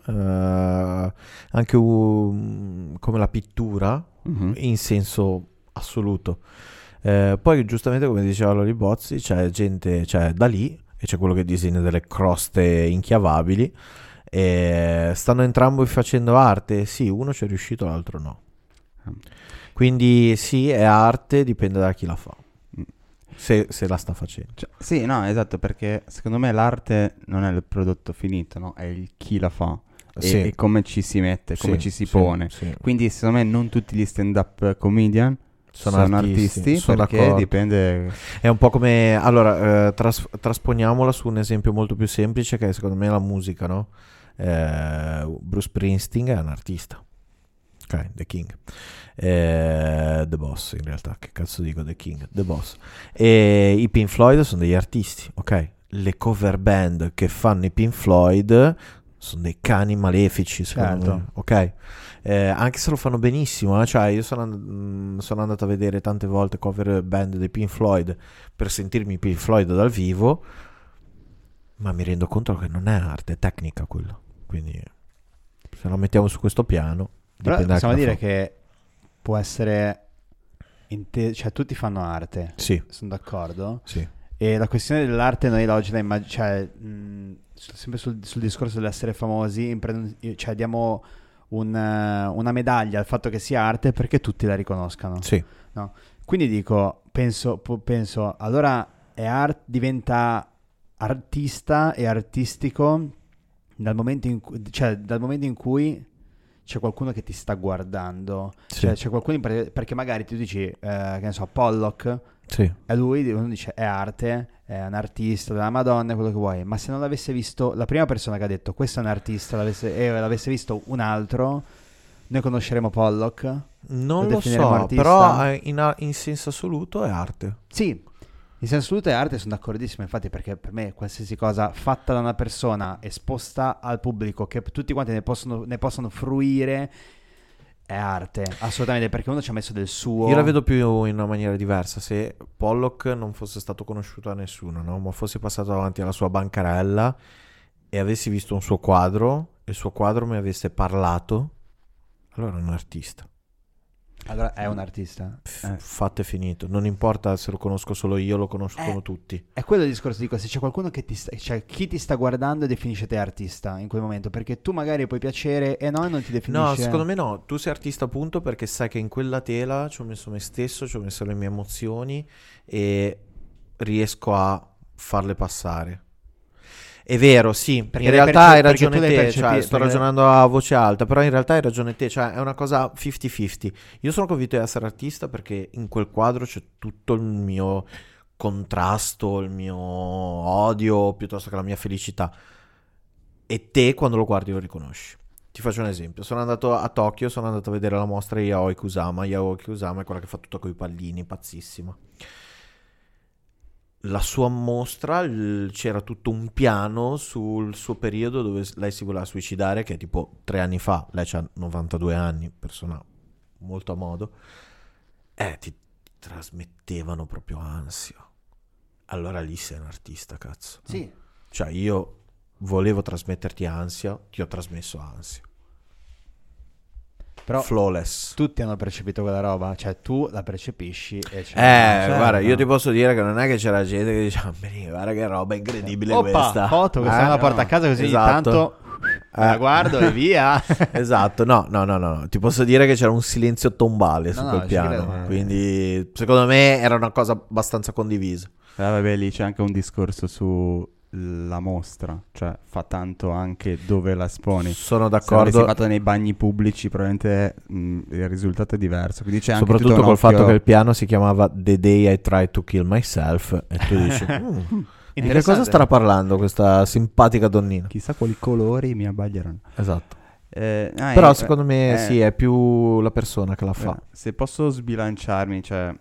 anche come la pittura, in senso assoluto. Poi giustamente come diceva Loli Bozzi, c'è gente, c'è da lì e c'è quello che disegna delle croste inchiavabili, e stanno entrambi facendo arte. Sì, uno ci è riuscito, l'altro no. Quindi sì, è arte, dipende da chi la fa, se la sta facendo. Cioè, sì, no, esatto, perché secondo me l'arte non è il prodotto finito, no? È il chi la fa e come ci si mette, come ci si pone. Sì. Quindi secondo me non tutti gli stand-up comedian sono artisti sono perché d'accordo. dipende. È un po' come, allora, trasponiamola su un esempio molto più semplice, che è secondo me la musica, no? Bruce Springsteen è un artista. Ok, The King. The Boss, in realtà, che cazzo dico The King? The Boss. E i Pink Floyd sono degli artisti, ok? Le cover band che fanno i Pink Floyd sono dei cani malefici, secondo me, ok? Anche se lo fanno benissimo, cioè io sono andato a vedere tante volte cover band dei Pink Floyd per sentirmi Pink Floyd dal vivo, ma mi rendo conto che non è arte, è tecnica quello. Quindi se la mettiamo su questo piano, però dipende da possiamo chi la dire fa. che può essere cioè tutti fanno arte. Sì. Sono d'accordo. Sì. E la questione dell'arte noi oggi sempre sul discorso dell'essere famosi, cioè diamo una medaglia al fatto che sia arte perché tutti la riconoscano. Sì. No? Quindi dico, penso, allora diventa artista e artistico dal momento in cui c'è qualcuno che ti sta guardando, Sì. cioè c'è qualcuno perché magari tu dici, che ne so, Pollock, Sì. e lui, uno dice è arte, è un artista della Madonna, quello che vuoi, ma se non l'avesse visto la prima persona che ha detto questo è un artista, l'avesse visto un altro, noi conosceremo Pollock? Non lo so, artista? però in senso assoluto è arte. Sì, in senso assoluto è arte, sono d'accordissimo, infatti, perché per me qualsiasi cosa fatta da una persona esposta al pubblico, che tutti quanti ne possono fruire, è arte, assolutamente, perché uno ci ha messo del suo. Io la vedo più in una maniera diversa. Se Pollock non fosse stato conosciuto da nessuno, no? Ma fosse passato davanti alla sua bancarella e avessi visto un suo quadro e il suo quadro mi avesse parlato, allora è un artista. Allora è un artista. Fatto e finito. Non importa se lo conosco solo io, lo conoscono tutti. È quello il discorso, dico, se c'è qualcuno che cioè chi ti sta guardando definisce te artista in quel momento, perché tu magari puoi piacere e non ti definisce. No, secondo me no, tu sei artista appunto perché sai che in quella tela ci ho messo me stesso, ci ho messo le mie emozioni e riesco a farle passare. È vero, sì, Perché in realtà hai ragione te, cioè, sto ragionando a voce alta, però in realtà hai ragione te, cioè è una cosa 50-50. Io sono convinto di essere artista perché in quel quadro c'è tutto il mio contrasto, il mio odio, piuttosto che la mia felicità. E te quando lo guardi lo riconosci. Ti faccio un esempio, sono andato a Tokyo, sono andato a vedere la mostra Yayoi Kusama è quella che fa tutto coi pallini, pazzissima. La sua mostra, c'era tutto un piano sul suo periodo dove lei si voleva suicidare, che è tipo 3 anni fa, lei ha 92 anni, persona molto a modo, ti trasmettevano proprio ansia. Allora lì sei un artista, cazzo. Sì. Cioè io volevo trasmetterti ansia, ti ho trasmesso ansia. Però flawless. Tutti hanno percepito quella roba, cioè tu la percepisci e guarda, io ti posso dire che non è che c'era gente che diceva guarda che roba incredibile questa foto che sta alla porta a casa così esatto. Tanto la guardo e via. Esatto, no, ti posso dire che c'era un silenzio tombale su quel piano, quindi secondo me era una cosa abbastanza condivisa. Vabbè, lì c'è anche un discorso su la mostra, cioè fa tanto anche dove la esponi. Sono d'accordo. Se l'avessi fatto nei bagni pubblici probabilmente il risultato è diverso, quindi c'è anche soprattutto col fatto che il piano si chiamava The Day I Tried to Kill Myself e tu dici di che cosa starà parlando questa simpatica donnina, chissà quali colori mi abbaglieranno. Esatto. Però secondo me sì, è più la persona che la fa. Se posso sbilanciarmi, cioè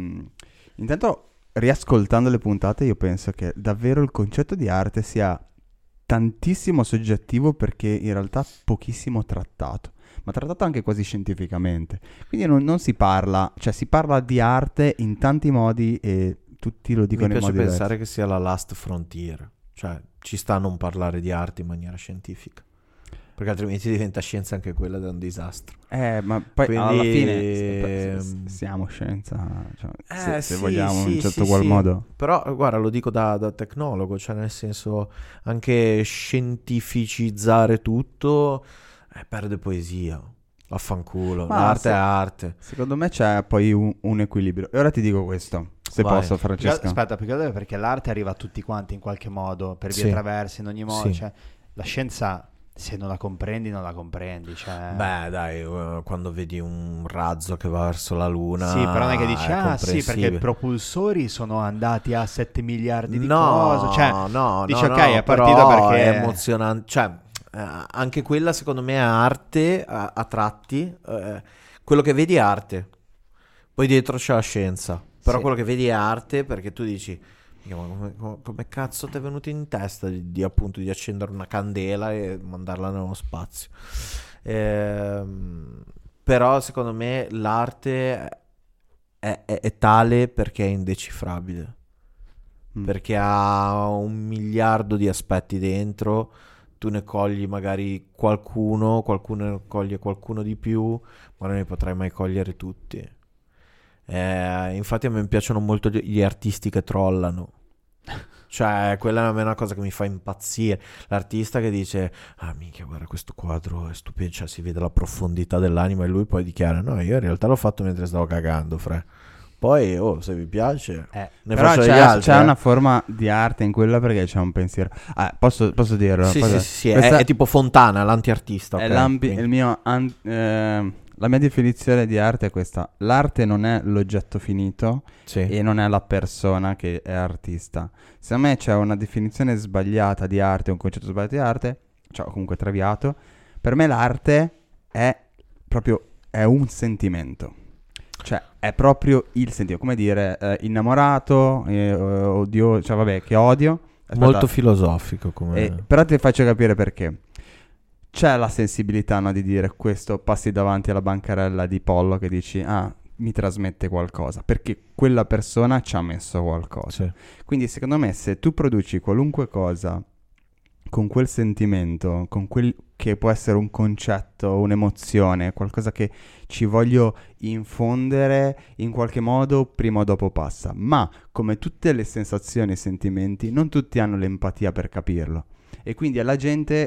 intanto riascoltando le puntate io penso che davvero il concetto di arte sia tantissimo soggettivo, perché in realtà pochissimo trattato, ma trattato anche quasi scientificamente, quindi non si parla, cioè si parla di arte in tanti modi e tutti lo dicono in modi diversi. Mi piace pensare che sia la last frontier, cioè ci sta a non parlare di arte in maniera scientifica, perché altrimenti diventa scienza anche quella ed è un disastro. Ma poi quindi alla fine siamo scienza, cioè, se sì, vogliamo in un certo sì, qual modo. Però guarda, lo dico da tecnologo, cioè nel senso anche scientificizzare tutto perde poesia. Vaffanculo, l'arte è arte. Secondo me c'è poi un equilibrio. E ora ti dico questo, se posso, Francesca. Aspetta, perché l'arte arriva a tutti quanti in qualche modo, per vie traverse, in ogni modo. Sì. Cioè, la scienza, se non la comprendi, non la comprendi. Cioè... Beh, dai, quando vedi un razzo che va verso la Luna. Sì, però non è che dici, sì, perché i propulsori sono andati a 7 miliardi di cose. cose. Cioè, no, dici, ok, è partito perché è emozionante. Cioè, anche quella secondo me è arte a tratti. Quello che vedi è arte. Poi dietro c'è la scienza. Però quello che vedi è arte, perché tu dici, come cazzo ti è venuto in testa appunto di accendere una candela e mandarla nello spazio. Però secondo me l'arte è tale perché è indecifrabile, perché ha 1 miliardo di aspetti dentro. Tu ne cogli magari qualcuno ne coglie qualcuno di più, ma non ne potrai mai cogliere tutti. Infatti a me piacciono molto gli artisti che trollano, Cioè, quella è una cosa che mi fa impazzire. L'artista che dice: ah, minchia, guarda, questo quadro è stupendo, cioè si vede la profondità dell'anima, e lui poi dichiara: no, io in realtà l'ho fatto mentre stavo cagando, Poi, se vi piace, ne però faccio degli altri. c'è una forma di arte in quella, perché c'è un pensiero. Posso dirlo? Sì, è tipo Fontana, l'antiartista. È Okay. La mia definizione di arte è questa: l'arte non è l'oggetto finito e non è la persona che è artista. Secondo me c'è una definizione sbagliata di arte, un concetto sbagliato di arte, cioè comunque traviato. Per me l'arte è un sentimento. Cioè è proprio il sentimento, come dire innamorato, odio, cioè vabbè, che odio. Aspetta. Molto filosofico come... Però ti faccio capire perché. C'è la sensibilità, no, di dire questo, passi davanti alla bancarella di pollo che dici: ah, mi trasmette qualcosa, perché quella persona ci ha messo qualcosa. Quindi secondo me, se tu produci qualunque cosa con quel sentimento, con quel che può essere un concetto, un'emozione, qualcosa che ci voglio infondere, in qualche modo prima o dopo passa. Ma come tutte le sensazioni e sentimenti, non tutti hanno l'empatia per capirlo. E quindi alla gente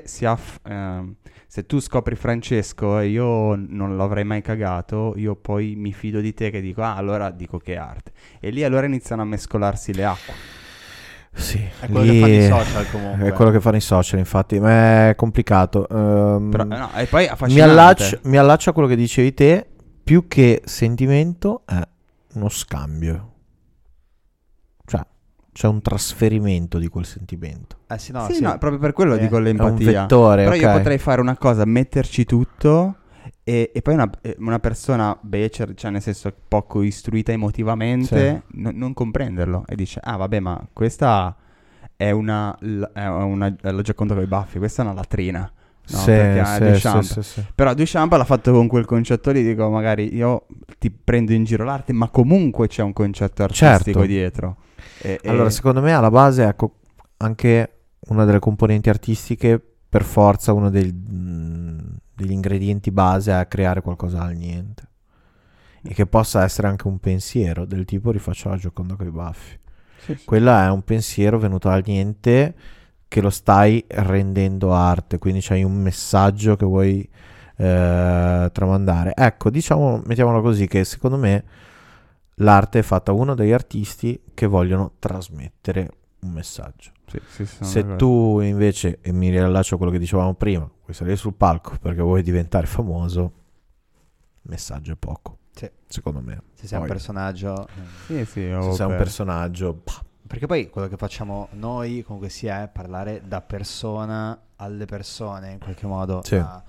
se tu scopri Francesco e io non l'avrei mai cagato, io poi mi fido di te che dico: ah, allora dico che è arte. E lì allora iniziano a mescolarsi le acque. Sì, è quello che fanno i social comunque. È quello che fanno i social, infatti, ma è complicato. Però, no, e poi mi allaccio a quello che dicevi te: più che sentimento è uno scambio. Cioè c'è un trasferimento di quel sentimento. No, proprio per quello dico l'empatia. È un vettore, però io okay. potrei fare una cosa, metterci tutto e poi una persona becera, cioè nel senso poco istruita emotivamente, non comprenderlo e dice: ah vabbè, ma questa è una l'ho già contato con i baffi, questa è una latrina. No, perché Duchamp. Però Duchamp l'ha fatto con quel concetto lì, dico, magari io ti prendo in giro l'arte, ma comunque c'è un concetto artistico dietro. Allora, secondo me alla base, ecco, anche una delle componenti artistiche, per forza uno degli ingredienti base è creare qualcosa dal niente, e che possa essere anche un pensiero del tipo: rifaccio la Gioconda coi baffi. Quella è un pensiero venuto dal niente che lo stai rendendo arte, quindi c'hai un messaggio che vuoi tramandare. Ecco, diciamo, mettiamolo così, che secondo me l'arte è fatta uno degli artisti che vogliono trasmettere un messaggio. Se tu invece, e mi riallaccio a quello che dicevamo prima, vuoi salire sul palco perché vuoi diventare famoso, messaggio è poco, secondo me. Se sei un personaggio, se sei un personaggio, perché poi quello che facciamo noi comunque sia è parlare da persona alle persone, in qualche modo.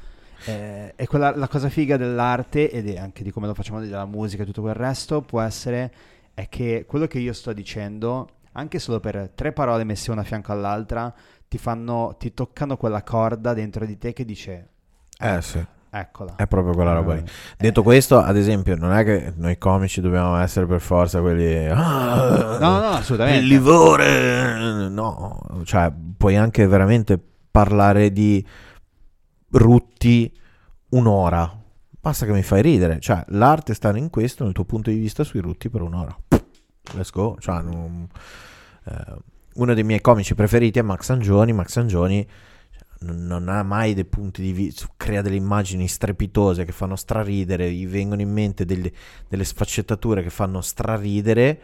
E quella, la cosa figa dell'arte, ed è anche di come lo facciamo, della musica e tutto quel resto, può essere è che quello che io sto dicendo, anche solo per 3 parole messe una a fianco all'altra, ti toccano quella corda dentro di te che dice eccola. È proprio quella roba lì. Detto questo, ad esempio, non è che noi comici dobbiamo essere per forza quelli no, assolutamente, il livore, no, cioè puoi anche veramente parlare di Rutti un'ora, basta che mi fai ridere. Cioè l'arte sta in questo, nel tuo punto di vista sui Rutti per un'ora. Let's go. Cioè, uno dei miei comici preferiti è Max Sangioni. Max Sangioni non ha mai dei punti di vista, crea delle immagini strepitose che fanno straridere, gli vengono in mente delle sfaccettature che fanno straridere.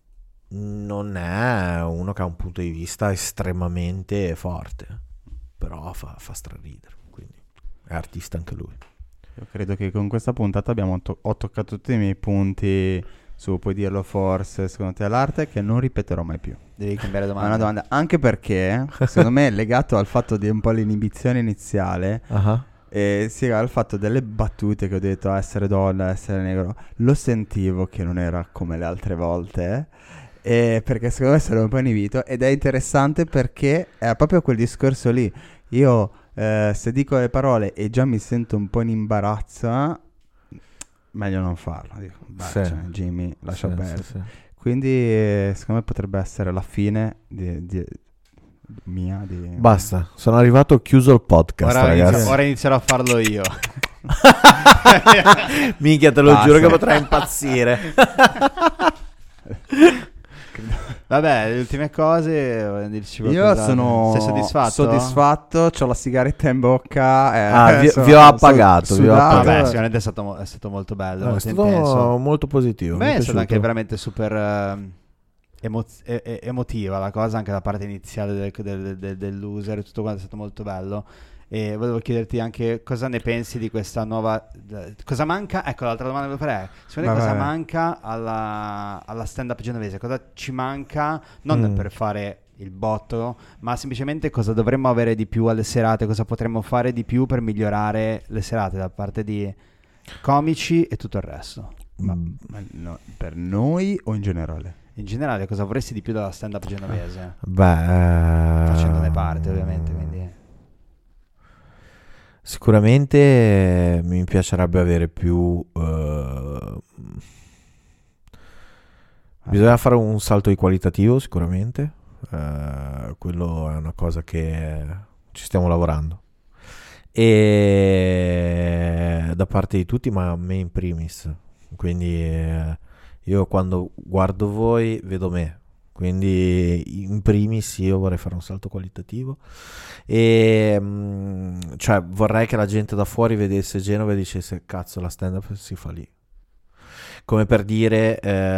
Non è uno che ha un punto di vista estremamente forte, però fa straridere, quindi è artista anche lui. Io credo che con questa puntata ho toccato tutti i miei punti su puoi dirlo forse, secondo te, l'arte, che non ripeterò mai più. Devi cambiare domanda. È una domanda, anche perché secondo me è legato al fatto di un po' l'inibizione iniziale. E si al fatto delle battute che ho detto, essere donna, essere negro, lo sentivo che non era come le altre volte, perché secondo me sono un po' inibito, ed è interessante perché è proprio quel discorso lì. Io se dico le parole e già mi sento un po' in imbarazzo, meglio non farlo, dico, cioè, Jimmy, lascia perdere. Quindi secondo me potrebbe essere la fine mia. Basta, sono arrivato, ho chiuso il podcast, ragazzi. Ora inizierò a farlo io. Minchia, te lo giuro che potrai impazzire. Vabbè, le ultime cose. Io sono Sei soddisfatto, c'ho la sigaretta in bocca. Vi ho appagato. Vabbè, sicuramente è stato molto bello. È stato molto positivo. A me è stata anche veramente super emotiva la cosa, anche la parte iniziale del loser, tutto quanto è stato molto bello. E volevo chiederti anche cosa ne pensi di questa nuova. Cosa manca? Ecco, l'altra domanda che volevo fare è: secondo te cosa manca alla stand-up genovese? Cosa ci manca? Non per fare il botto, ma semplicemente cosa dovremmo avere di più alle serate? Cosa potremmo fare di più per migliorare le serate da parte di comici e tutto il resto? Ma per noi o in generale? In generale, cosa vorresti di più dalla stand-up genovese? Facendone parte, ovviamente, quindi. Sicuramente mi piacerebbe avere più. Bisogna fare un salto di qualitativo, sicuramente. Quello è una cosa che ci stiamo lavorando. E da parte di tutti, ma a me in primis. Quindi io quando guardo voi vedo me. Quindi in primis io vorrei fare un salto qualitativo e cioè vorrei che la gente da fuori vedesse Genova e dicesse cazzo, la stand up si fa lì, come per dire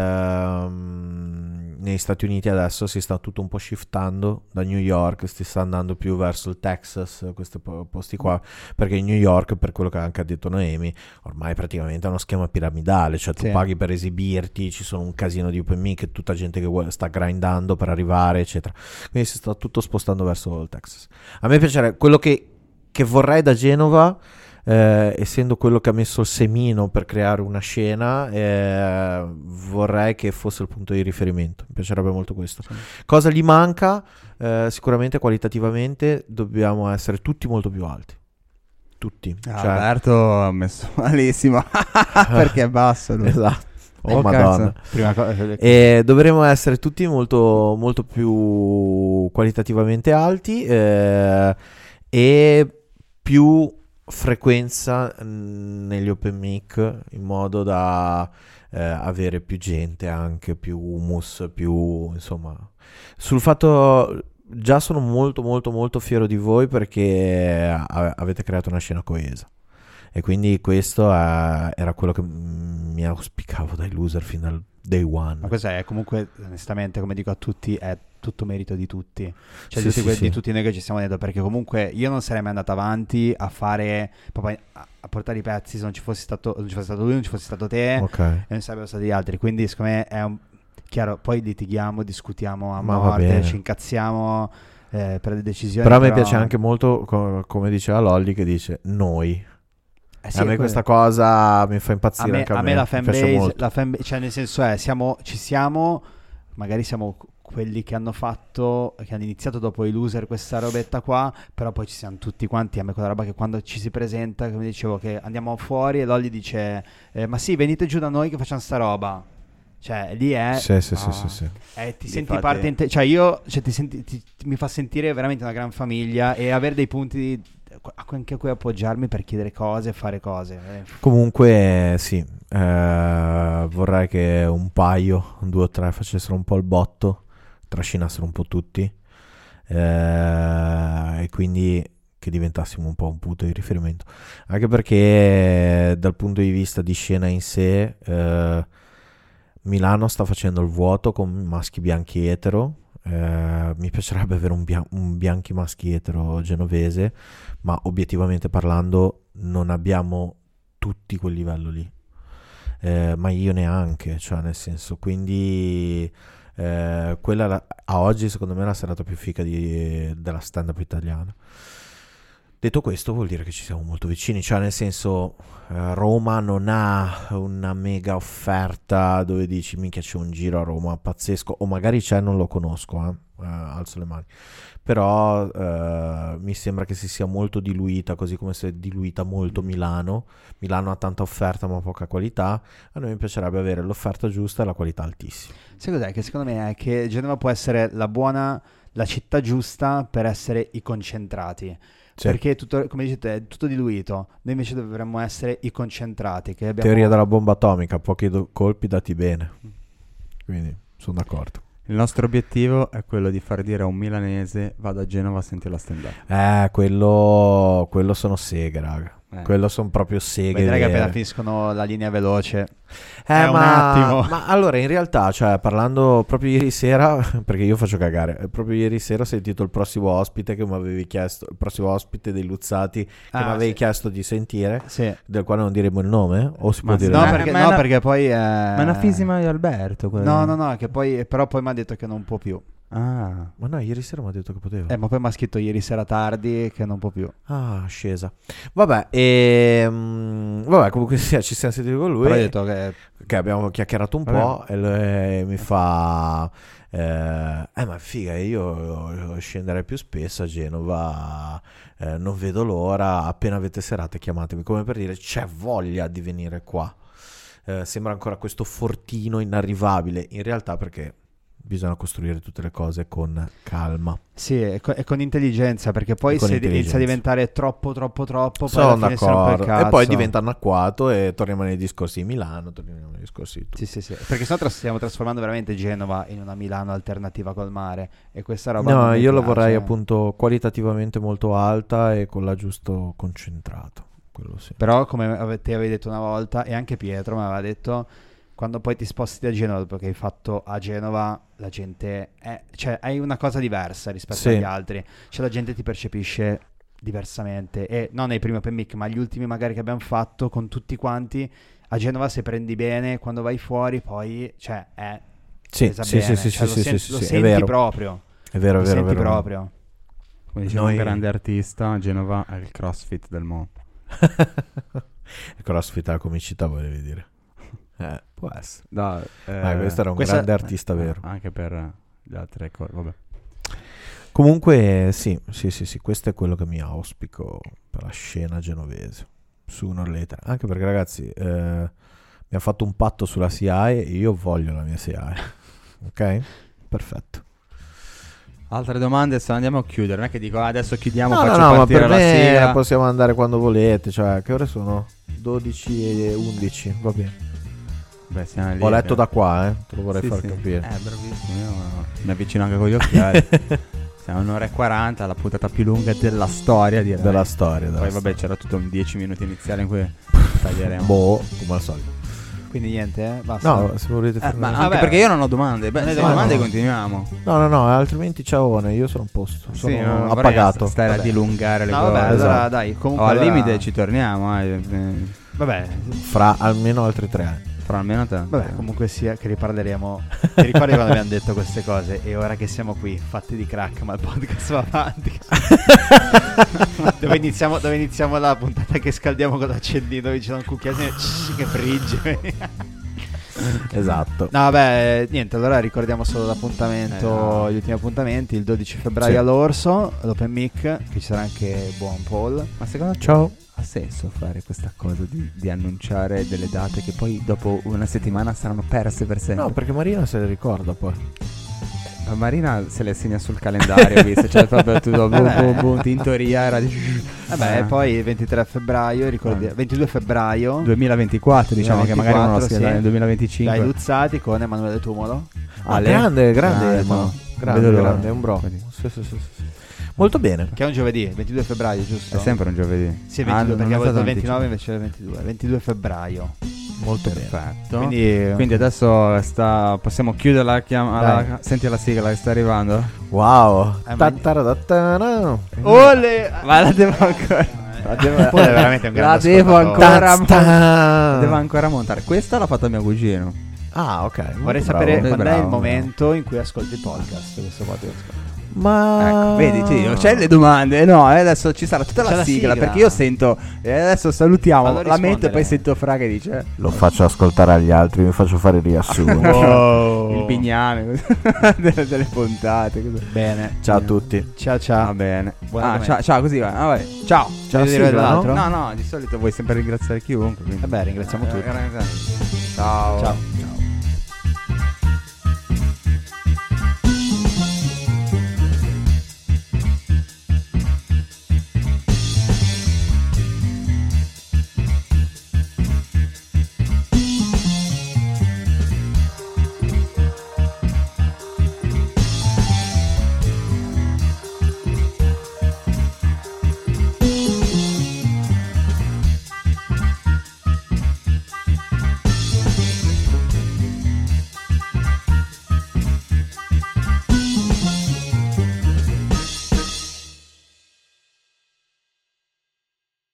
negli Stati Uniti adesso si sta tutto un po' shiftando da New York, si sta andando più verso il Texas, questi posti qua, perché in New York, per quello che ha anche detto Noemi, ormai praticamente è uno schema piramidale, cioè tu paghi per esibirti, ci sono un casino di open mic, tutta gente che sta grindando per arrivare eccetera, quindi si sta tutto spostando verso il Texas. A me piacerebbe, quello che vorrei da Genova, essendo quello che ha messo il semino per creare una scena, vorrei che fosse il punto di riferimento. Mi piacerebbe molto questo. Cosa gli manca? Sicuramente qualitativamente dobbiamo essere tutti molto più alti. Tutti. Alberto ha messo malissimo perché è basso lui. Esatto. Oh Madonna. E dovremo essere tutti molto, molto più qualitativamente alti e più frequenza negli open mic, in modo da avere più gente, anche più humus, più insomma. Sul fatto, già sono molto molto molto fiero di voi perché avete creato una scena coesa, e quindi questo era quello che mi auspicavo dai loser fin dal day one. Ma questo è comunque, onestamente, come dico a tutti, è tutto merito di tutti, cioè di tutti noi che ci stiamo dentro, perché comunque io non sarei mai andato avanti a fare proprio a portare i pezzi se non ci fosse stato lui, non ci fosse stato te, e non sarebbero stati gli altri. Quindi secondo me è chiaro, poi litighiamo, discutiamo a morte, ci incazziamo per le decisioni, però a me piace anche molto come diceva Lolli, che dice noi. A me questa cosa mi fa impazzire. A me la fanbase, cioè nel senso magari siamo quelli che hanno iniziato dopo i loser questa robetta qua, però poi ci siamo tutti quanti. A me quella roba che quando ci si presenta, come dicevo, che andiamo fuori e Lolli dice ma sì, venite giù da noi che facciamo sta roba, cioè lì è sì. Ti senti parte cioè io, cioè, mi fa sentire veramente una gran famiglia e avere dei punti anche a cui appoggiarmi per chiedere cose e fare cose. Comunque sì, vorrei che un paio, 2 o 3 facessero un po' il botto, trascinassero un po' tutti, e quindi che diventassimo un po' un punto di riferimento, anche perché dal punto di vista di scena in sé, Milano sta facendo il vuoto con maschi bianchi etero. Mi piacerebbe avere un bianchi maschi etero genovese, ma obiettivamente parlando non abbiamo tutti quel livello lì, ma io neanche, cioè nel senso, quindi quella a oggi secondo me è la serata più figa della stand up italiana. Detto questo, vuol dire che ci siamo molto vicini, cioè nel senso, Roma non ha una mega offerta dove dici minchia c'è un giro a Roma pazzesco, o magari c'è, non lo conosco, alzo le mani, però mi sembra che si sia molto diluita, così come si è diluita molto Milano ha tanta offerta ma poca qualità. A noi mi piacerebbe avere l'offerta giusta e la qualità altissima. Secondo me è che Genova può essere la città giusta per essere i concentrati. Sì. Perché tutto, come dicete, è tutto diluito. Noi invece dovremmo essere i concentrati, che abbiamo... Teoria della bomba atomica, pochi colpi dati bene. Quindi sono d'accordo. Il nostro obiettivo è quello di far dire a un milanese vado a Genova a sentire la stand-up. Quello sono seghe, raga. Quello sono proprio seghe. Vedrai che appena finiscono la linea veloce un attimo. Ma allora in realtà, cioè, parlando proprio ieri sera, perché io faccio cagare, proprio ieri sera ho sentito il prossimo ospite che mi avevi chiesto, il prossimo ospite dei Luzzati che mi avevi chiesto di sentire, del quale non diremo il nome, o si può dire? No, perché poi ma è una fisima di Alberto quello. No, che poi però poi mi ha detto che non può più. Ma no, ieri sera mi ha detto che poteva. Ma poi mi ha scritto ieri sera tardi che non può più. Scesa. Vabbè, comunque sia, ci siamo sentiti con lui. Però hai detto che abbiamo chiacchierato un po' e mi fa ma figa, io scenderei più spesso a Genova, non vedo l'ora, appena avete serate chiamatemi, come per dire c'è voglia di venire qua. Sembra ancora questo fortino inarrivabile, in realtà perché bisogna costruire tutte le cose con calma. Sì, e con intelligenza, perché poi se inizia a diventare troppo poi sono alla fine si rompe il cazzo. E poi diventa anacquato e torniamo nei discorsi di Milano, torniamo nei discorsi di sì, perché sennò stiamo trasformando veramente Genova in una Milano alternativa col mare, e questa roba no, io la vorrei appunto qualitativamente molto alta e con l'aggiusto concentrato, quello sì. Però come te avevi detto una volta, e anche Pietro mi aveva detto, quando poi ti sposti da Genova dopo che hai fatto a Genova, la gente cioè hai una cosa diversa rispetto agli altri, cioè la gente ti percepisce diversamente, e non nei primi open mic ma gli ultimi magari che abbiamo fatto con tutti quanti, a Genova se prendi bene, quando vai fuori poi cioè sì, lo senti vero. proprio, è vero, lo senti vero. proprio. Come diceva un grande artista, a Genova è il CrossFit del mondo. Il CrossFit alla comicità volevi dire. Può essere. No, questo era un grande artista vero. Anche per le altre cose, vabbè. Comunque sì, questo è quello che mi auspico per la scena genovese, sooner or later. Anche perché ragazzi mi ha fatto un patto sulla SIAE e io voglio la mia SIAE. Ok? Perfetto. Altre domande? Se andiamo a chiudere, non è che dico adesso chiudiamo, no, faccio ma partire per la me sigla. possiamo andare quando volete, cioè che ore sono? 12 e 11, va bene. Beh, siamo lì, ho letto da qua, te lo vorrei far capire. Bravissimo, io mi avvicino anche con gli occhiali. Siamo un'ora e 40, la puntata più lunga della storia, direi. Della storia. Poi vabbè, c'era tutto un 10 minuti iniziale in cui taglieremo. Come al solito. Quindi niente, basta. No, se volete ma anche perché io non ho domande. Beh, le domande continuiamo. No, altrimenti ciao, io sono a posto. Sono non appagato. Stai a dilungare le cose. Vabbè, allora dai, comunque al limite ci torniamo. Vabbè, fra almeno altri 3 anni. Fra almeno te. Vabbè, comunque sia che riparleremo. Ti ricordi quando abbiamo detto queste cose? E ora che siamo qui, fatti di crack, ma il podcast va avanti. dove iniziamo la puntata che scaldiamo con l'accendino vicino a un cucchiaio che frigge. Esatto. No, vabbè, niente, allora ricordiamo solo l'appuntamento, gli ultimi appuntamenti, il 12 febbraio all'Orso, l'Open Mic, che ci sarà anche buon Paul. Ma secondo te ha senso fare questa cosa di annunciare delle date che poi dopo una settimana saranno perse per sempre? No, perché Marina se le ricorda poi. Ma Marina se le segna sul calendario, visto, cioè proprio tutto in teoria era vabbè, poi il 23 febbraio, 22 febbraio 2024, diciamo 2024, che magari uno lo scheda nel 2025. Dai Luzzati con Emanuele Tumolo. Grande, grande, un bro. Sì. Molto bene. Che è un giovedì, 22 febbraio, giusto? È sempre un giovedì. Sì, 22, perché a volte il 29 invece è il 22. 22 febbraio. Molto perfetto. Quindi adesso possiamo chiudere senti la sigla che sta arrivando. Wow. Ole! Ma la devo ancora. Poi è veramente un grande devo ancora montare. Questa l'ha fatta mio cugino. Ah, ok. Vorrei sapere quando è il momento in cui ascolti il podcast. Questo podcast. Ma ecco, vedi, c'è le domande. No, adesso ci sarà tutta la sigla, perché io sento. Adesso salutiamo, la metto e poi sento Fra che dice. Lo faccio ascoltare agli altri, mi faccio fare il riassunto. Il bigname delle puntate. Bene. Ciao a tutti. Ciao. Va bene. Ciao, così va. Vabbè. Ciao. No, di solito vuoi sempre ringraziare chiunque. Vabbè, ringraziamo tutti. Ciao.